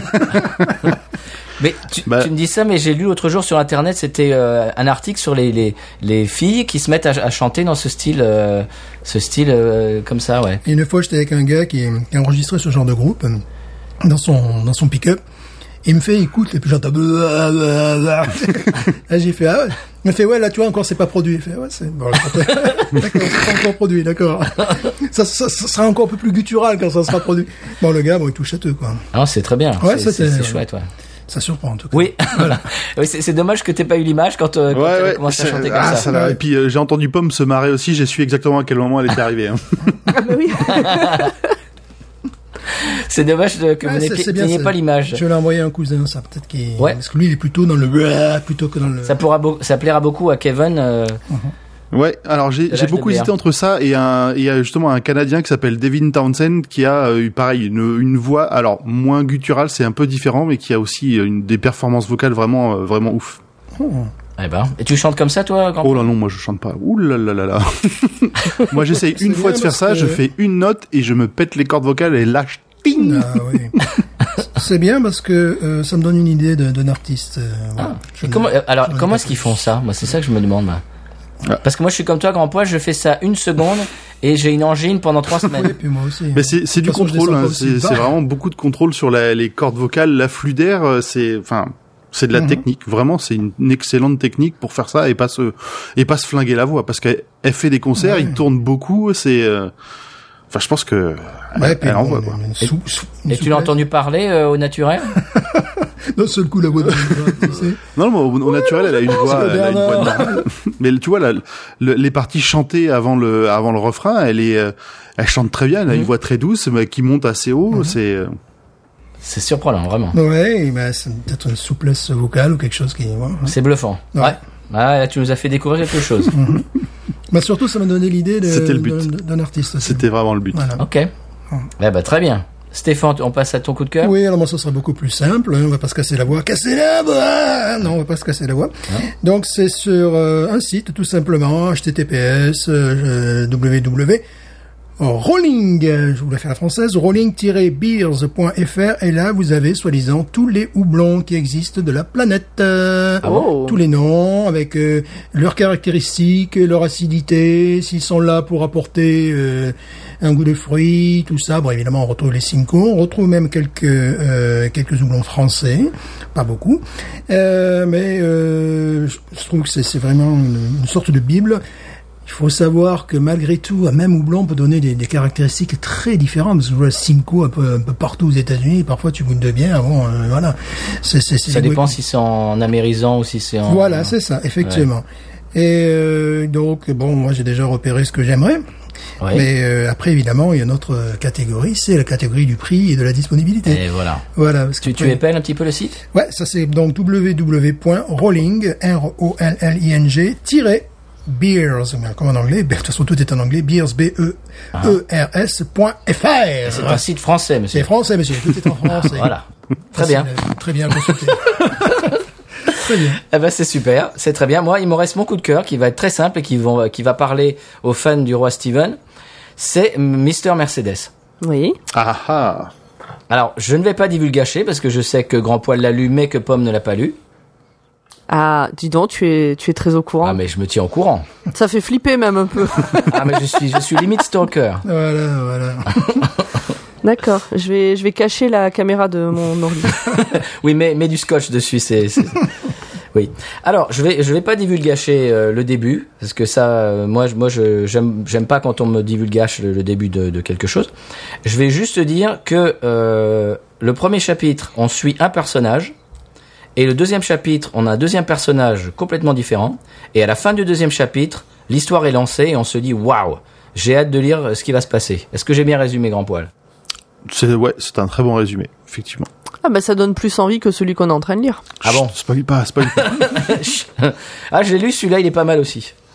Mais tu me dis ça, mais j'ai lu l'autre jour sur internet, c'était un article sur les filles qui se mettent à chanter dans ce style comme ça, ouais. Et une fois, j'étais avec un gars qui a enregistré ce genre de groupe dans son pick-up. Il me fait, écoute, et puis j'entends là, j'ai fait, ah ouais. Il me fait, ouais, là, tu vois, encore, c'est pas produit. Il fait, ouais, c'est, bon, d'accord, c'est pas encore produit, d'accord. Ça sera encore un peu plus guttural quand ça sera produit. Bon, le gars, il touche à tout, quoi. Ah, c'est très bien. Ouais, c'est chouette, ouais. Ça surprend, en tout cas. Oui. Voilà. Oui, c'est dommage que t'aies pas eu l'image quand tu as commencé à chanter comme ça. Et puis, j'ai entendu Pomme se marrer aussi, j'ai su exactement à quel moment elle était arrivée, hein. Ah, bah oui. C'est dommage que vous n'ayez pas l'image. Je vais l'envoyer à un cousin, ça, peut-être qu'il, parce que lui, il est plutôt dans le plutôt que dans le... Ça plaira beaucoup à Kevin, Ouais, alors j'ai beaucoup hésité entre ça et il y a justement un Canadien qui s'appelle Devin Townsend qui a eu pareil une voix alors moins gutturale, c'est un peu différent, mais qui a aussi des performances vocales vraiment ouf. Eh ben, et tu chantes comme ça toi quand... Oh là non, moi je chante pas. Ouh là là là là. Moi j'essaye une fois de faire ça, je fais une note et je me pète les cordes vocales et lâche. Ting. Ah oui. C'est bien parce que ça me donne une idée d'un artiste. Comment est-ce qu'ils font ça? Moi, c'est ça que je me demande. Parce que moi, je suis comme toi, grand poil, je fais ça une seconde et j'ai une angine pendant 3 semaines. Oui, puis moi aussi. Mais c'est du contrôle, hein. C'est vraiment beaucoup de contrôle sur les cordes vocales, l'afflux d'air. C'est de la technique. Vraiment, c'est une excellente technique pour faire ça et pas se flinguer la voix, parce qu'elle fait des concerts, il tourne beaucoup. Enfin, je pense que elle envoie, quoi. Et tu l'as entendu parler au naturel? D'un seul coup, la voix tu sais. Non, au naturel, elle a une voix normale. Mais tu vois, les parties chantées avant le refrain, elle chante très bien. Elle a une voix très douce, mais qui monte assez haut. C'est surprenant, vraiment. Ouais, c'est peut-être une souplesse vocale ou quelque chose qui... Ouais. C'est bluffant. Ouais. Ah, là, tu nous as fait découvrir quelque chose. Surtout, ça m'a donné l'idée d'un artiste aussi. C'était vraiment le but. Voilà. Ok. Très bien. Stéphane, on passe à ton coup de cœur? Oui, alors moi, ça sera beaucoup plus simple. On va pas se casser la voix. Casser la voix! Non, on va pas se casser la voix. Donc, c'est sur un site, tout simplement, https, Rolling, je vous la fais à la française, rolling-beers.fr, et là vous avez soi-disant tous les houblons qui existent de la planète. Tous les noms, avec leurs caractéristiques, leur acidité, s'ils sont là pour apporter un goût de fruits, tout ça. Bon, évidemment, on retrouve les Simcoe, on retrouve même quelques houblons français, pas beaucoup, mais je trouve que c'est vraiment une sorte de bible. Il faut savoir que malgré tout, un même houblon peut donner des caractéristiques très différentes. Parce que je vois Simcoe un peu partout aux États-Unis. Parfois, tu goûtes de bien. Bon, voilà. Ça dépend si c'est en amérisant ou si c'est en... Voilà, c'est ça, effectivement. Ouais. Et donc, bon, moi, j'ai déjà repéré ce que j'aimerais. Ouais. Mais après, évidemment, il y a une autre catégorie, c'est la catégorie du prix et de la disponibilité. Et voilà. Voilà. Parce tu épelles un petit peu le site? Ouais, ça c'est donc www.rolling, R-O-L-L-I-N-G, beers, comme en anglais, de toute façon tout est en anglais, beers, B-E-E-R-S.fr. C'est un site français, monsieur. C'est français, monsieur, tout est en français. Voilà. Très bien. Très bien consulté. Très bien. Eh ben, c'est super, c'est très bien. Moi, il me reste mon coup de cœur qui va être très simple et qui va parler aux fans du roi Steven. C'est Mr. Mercedes. Oui. Ah. Alors, je ne vais pas divulgacher parce que je sais que Grand Poil l'a lu, mais que Pomme ne l'a pas lu. Ah, dis donc, tu es très au courant. Ah, mais je me tiens au courant. Ça fait flipper même un peu. Ah, mais je suis limite stalker. Voilà. D'accord. Je vais cacher la caméra de mon ordi. Oui, mais du scotch dessus, c'est... Oui. Alors, je vais pas divulgacher le début parce que ça, moi, j'aime pas quand on me divulgage le début de quelque chose. Je vais juste dire que le premier chapitre, on suit un personnage. Et le deuxième chapitre, on a un deuxième personnage complètement différent. Et à la fin du deuxième chapitre, l'histoire est lancée et on se dit waouh, j'ai hâte de lire ce qui va se passer. Est-ce que j'ai bien résumé, Grand Poil? C'est un très bon résumé, effectivement. Ah bah ça donne plus envie que celui qu'on est en train de lire. Ah bon? Spoil pas. Ah, j'ai lu celui-là, il est pas mal aussi.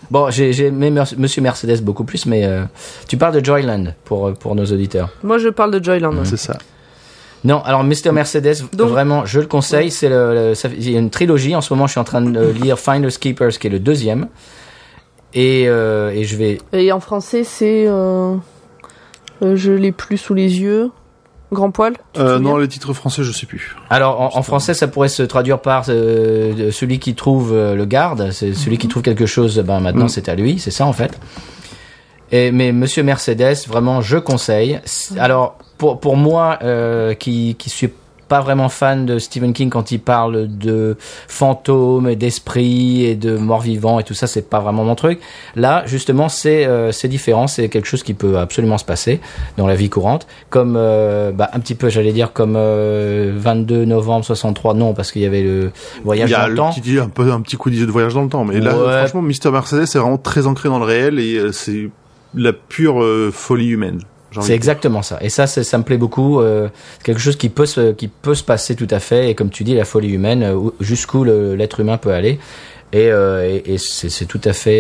Bon, j'ai aimé Monsieur Mercedes beaucoup plus, mais tu parles de Joyland pour nos auditeurs. Moi, je parle de Joyland. C'est ça. Non, alors Mr. Mercedes, donc, vraiment, je le conseille. C'est il y a une trilogie. En ce moment, je suis en train de lire Finders Keepers, qui est le deuxième. Et je vais... Et en français, c'est... je l'ai plus sous les yeux. Grand poil. Non, les titres français, je sais plus. Alors, en français, ça pourrait se traduire par celui qui trouve le garde. C'est celui qui trouve quelque chose, maintenant, c'est à lui. C'est ça, en fait. Mais Monsieur Mercedes, vraiment, je conseille. Alors... Pour moi, qui suis pas vraiment fan de Stephen King quand il parle de fantômes, d'esprits et de morts vivants et tout ça, c'est pas vraiment mon truc. Là, justement, c'est différent, c'est quelque chose qui peut absolument se passer dans la vie courante, comme un petit peu, j'allais dire comme 22 novembre 63, non, parce qu'il y avait le voyage dans le temps. Il y a un petit coup d'idée de voyage dans le temps, mais là, franchement, Mr. Mercedes, c'est vraiment très ancré dans le réel et c'est la pure folie humaine. C'est exactement ça. Et ça me plaît beaucoup. Quelque chose qui peut se passer tout à fait. Et comme tu dis, la folie humaine, jusqu'où l'être humain peut aller. Et c'est tout à fait.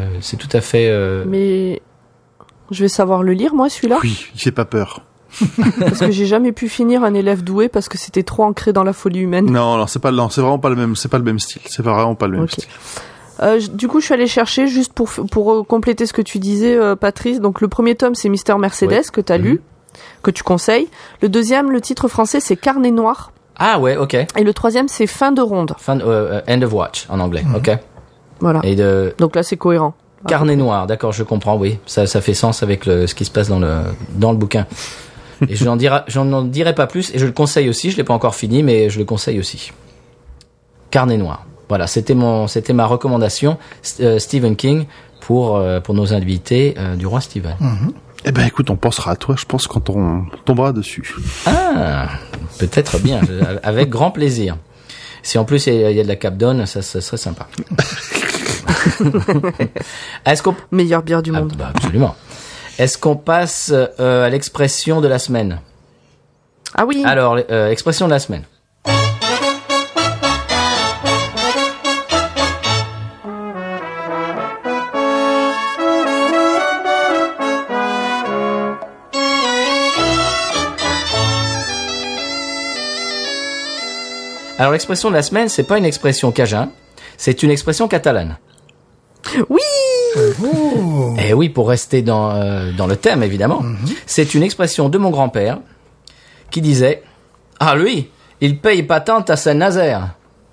Mais je vais savoir le lire, moi, celui-là. Oui, il fait pas peur. Parce que j'ai jamais pu finir un élève doué parce que c'était trop ancré dans la folie humaine. Non, c'est vraiment pas le même. C'est pas le même style. C'est vraiment pas le même style. Du coup, je suis allée chercher juste pour compléter ce que tu disais, Patrice. Donc, le premier tome, c'est Mr. Mercedes que t'as lu, que tu conseilles. Le deuxième, le titre français, c'est Carnet noir. Ah ouais, ok. Et le troisième, c'est Fin de ronde. End of watch en anglais, ok. Voilà. Donc là, c'est cohérent. Carnet noir, d'accord, je comprends, oui. Ça fait sens avec ce qui se passe dans le bouquin. Et j'en dirai pas plus. Et je le conseille aussi. Je l'ai pas encore fini, mais je le conseille aussi. Carnet noir. Voilà, c'était ma recommandation, Stephen King, pour nos invités du Roi Steven. Eh ben, écoute, on pensera à toi, je pense, quand on tombera dessus. Ah, peut-être bien, avec grand plaisir. Si en plus il y a de la Capdone, ça serait sympa. Meilleure bière du monde. Absolument. Est-ce qu'on passe à l'expression de la semaine? Ah oui. Alors, expression de la semaine. Alors l'expression de la semaine, c'est pas une expression cajun, c'est une expression catalane. Oui. Et oui, pour rester dans le thème évidemment. C'est une expression de mon grand-père qui disait « Ah lui, il paye patente à Saint-Nazaire ».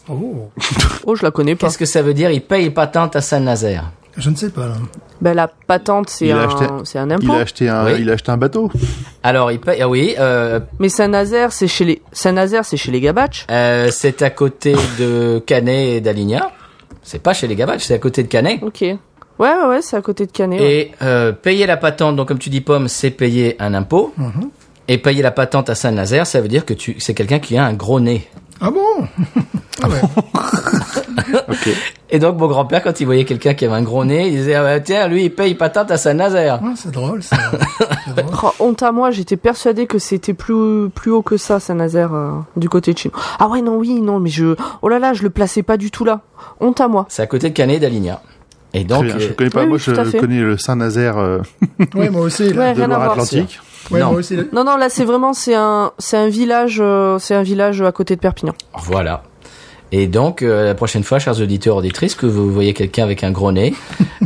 Oh, je la connais pas. Qu'est-ce que ça veut dire, il paye patente à Saint-Nazaire? Je ne sais pas. Là. Ben, la patente, c'est un impôt. Il a acheté un bateau. Alors, il paye, oui. Mais Saint-Nazaire, c'est chez les Gabatch. C'est à côté de Canet et d'Aligna. C'est pas chez les Gabatch, c'est à côté de Canet. Ok. Ouais, c'est à côté de Canet. Et payer la patente, donc comme tu dis, Pomme, c'est payer un impôt. Et payer la patente à Saint-Nazaire, ça veut dire que c'est quelqu'un qui a un gros nez. Ah bon? Ah ouais. Okay. Et donc mon grand-père, quand il voyait quelqu'un qui avait un gros nez, il disait tiens, lui, il paye patente à Saint-Nazaire. Ah, c'est drôle, ça. Oh, honte à moi, j'étais persuadée que c'était plus haut que ça, Saint-Nazaire, du côté de chez nous. Ah ouais, non, mais oh là là, je le plaçais pas du tout là. Honte à moi. C'est à côté de Canet et d'Aligna. Et donc, je connais pas, moi je connais le Saint-Nazaire. Oui, moi aussi. Là, de Loire-Atlantique. Ouais, moi aussi. Non, là c'est vraiment c'est un village à côté de Perpignan. Voilà. Et donc la prochaine fois, chers auditeurs auditrices, que vous voyez quelqu'un avec un gros nez,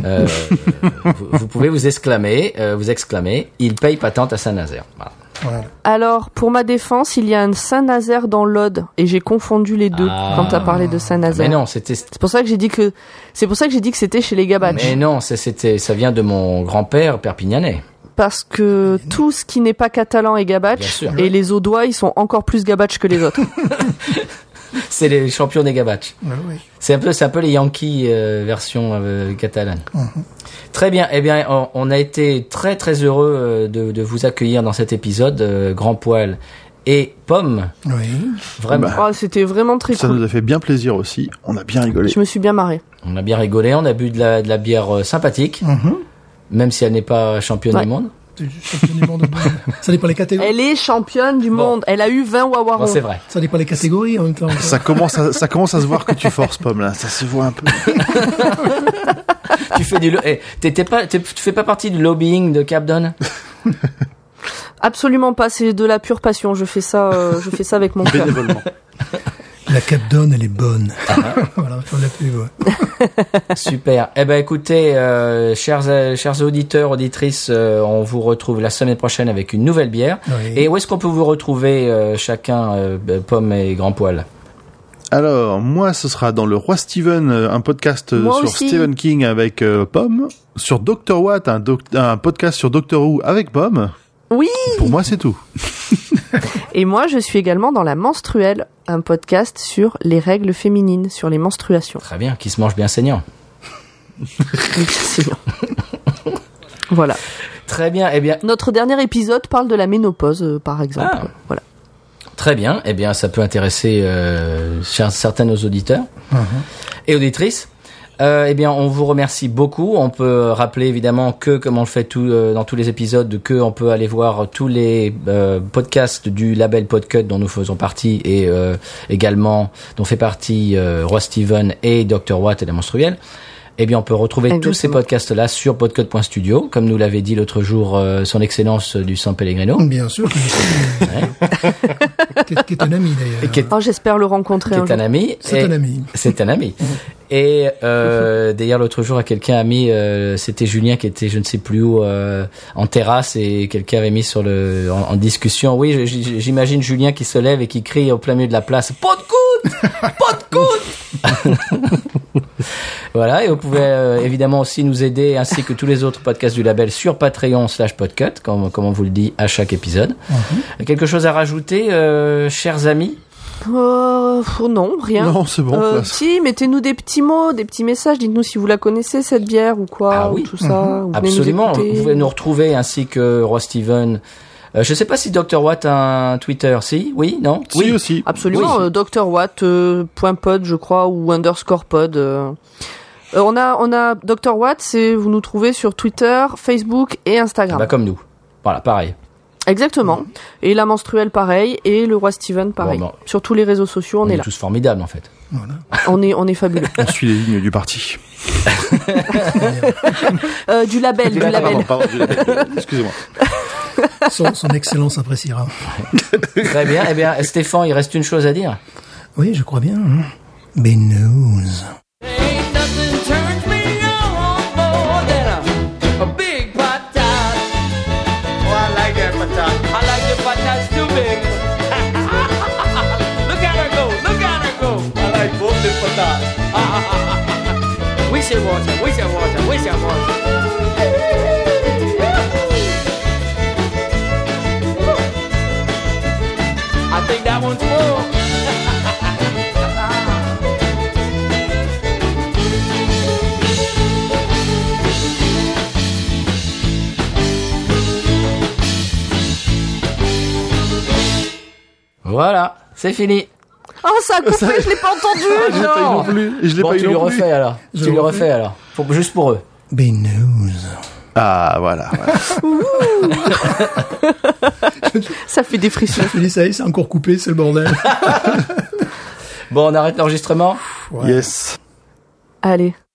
vous pouvez vous exclamer, il paye patente à Saint-Nazaire. Voilà. Alors, pour ma défense, il y a un Saint-Nazaire dans l'Aude et j'ai confondu les deux quand t'as parlé de Saint-Nazaire. Mais non, c'est pour ça que j'ai dit que c'était chez les Gabatch. Mais non, ça vient de mon grand-père perpignanais. Parce que tout ce qui n'est pas catalan est Gabatch et les Audois, ils sont encore plus Gabatch que les autres. C'est les champions des Gabatch. Oui. C'est un peu les Yankees version catalane. Très bien. Eh bien, on a été très très heureux de vous accueillir dans cet épisode, Grand Poil et Pomme. Oui. Vraiment. C'était vraiment très cool. Ça nous a fait bien plaisir aussi. On a bien rigolé. Je me suis bien marré. On a bien rigolé. On a bu de la bière sympathique, même si elle n'est pas championne du monde. Championne du monde. Ça dépend les catégories. Elle est championne du monde. Elle a eu 20 Wawarons. Bon, c'est vrai. Ça dépend les catégories en même temps. Ça commence à se voir que tu forces, Pomme, là. Ça se voit un peu. Tu fais tu fais pas partie du lobbying de Capdon? Absolument pas. C'est de la pure passion. Je fais ça avec mon cœur. Bénévolement. La Capdon, elle est bonne. Voilà, on l'a plus, ouais. Super. Eh ben, écoutez, chers auditeurs, auditrices, on vous retrouve la semaine prochaine avec une nouvelle bière. Oui. Et où est-ce qu'on peut vous retrouver, chacun, Pomme et Grand Poil? Alors, moi, ce sera dans le Roi Steven, un podcast sur Stephen King avec Pomme. Sur Dr. Watt, un podcast sur Doctor Who avec Pomme. Oui. Pour moi, c'est tout. Et moi, je suis également dans La Menstruelle, un podcast sur les règles féminines, sur les menstruations. Très bien, qui se mange bien saignant. Bien saignant. Voilà. Très bien, eh bien... Notre dernier épisode parle de la ménopause, par exemple. Ah. Voilà. Très bien, eh bien, ça peut intéresser certains de nos auditeurs et auditrices. Eh bien, on vous remercie beaucoup. On peut rappeler évidemment que, comme on le fait dans tous les épisodes, que on peut aller voir tous les podcasts du label Podcut dont nous faisons partie et également dont fait partie Roi Steven et Dr. Watt et la Menstruelle. Eh bien, on peut retrouver tous ces podcasts-là sur podcut.studio, comme nous l'avait dit l'autre jour son excellence du San Pellegrino. Bien sûr. Qui est un ami, d'ailleurs. J'espère le rencontrer un jour. C'est un ami. C'est un ami. Et d'ailleurs, l'autre jour, quelqu'un a mis, c'était Julien qui était, je ne sais plus où, en terrasse, et quelqu'un avait mis en discussion. Oui, j'imagine Julien qui se lève et qui crie au plein milieu de la place, « Pas de coude! Pas de coude !» Voilà, et vous pouvez évidemment aussi nous aider, ainsi que tous les autres podcasts du label, sur Patreon/Podcut, comme on vous le dit à chaque épisode. Quelque chose à rajouter, chers amis? Non, rien. Non, c'est bon. Si, mettez-nous des petits mots, des petits messages. Dites-nous si vous la connaissez, cette bière, ou quoi, ou tout ça. Absolument. Vous pouvez nous retrouver, ainsi que Roi Steven. Je sais pas si Dr. Watt a un Twitter. Si? Oui? Non? Si, oui, aussi. Absolument. Oui. Dr. Watt, .pod, je crois, ou _pod. On a Dr. Watt, vous nous trouvez sur Twitter, Facebook et Instagram. Comme nous. Voilà, pareil. Exactement. Et la Menstruelle, pareil. Et le Roi Steven, pareil. Bon. Sur tous les réseaux sociaux, on est là. Tous formidables, en fait. Voilà. On est fabuleux. On suit les lignes du parti. Du label. Pardon, du label. Excusez-moi. Son excellence appréciera. Très bien. Eh bien, Stéphane, il reste une chose à dire. Oui, je crois bien. News. We shall water. I think that one's full. Voilà, c'est fini. Oh, ça a coupé, je l'ai pas entendu. Je l'ai pas eu non plus. Je l'ai pas eu tu non le plus. refais alors. Tu le refais alors. Juste pour eux. News. Ah, voilà. Ça fait des frissons. Je me dis, ça y est, c'est encore coupé, c'est le bordel. Bon, on arrête l'enregistrement? Ouais. Yes. Allez.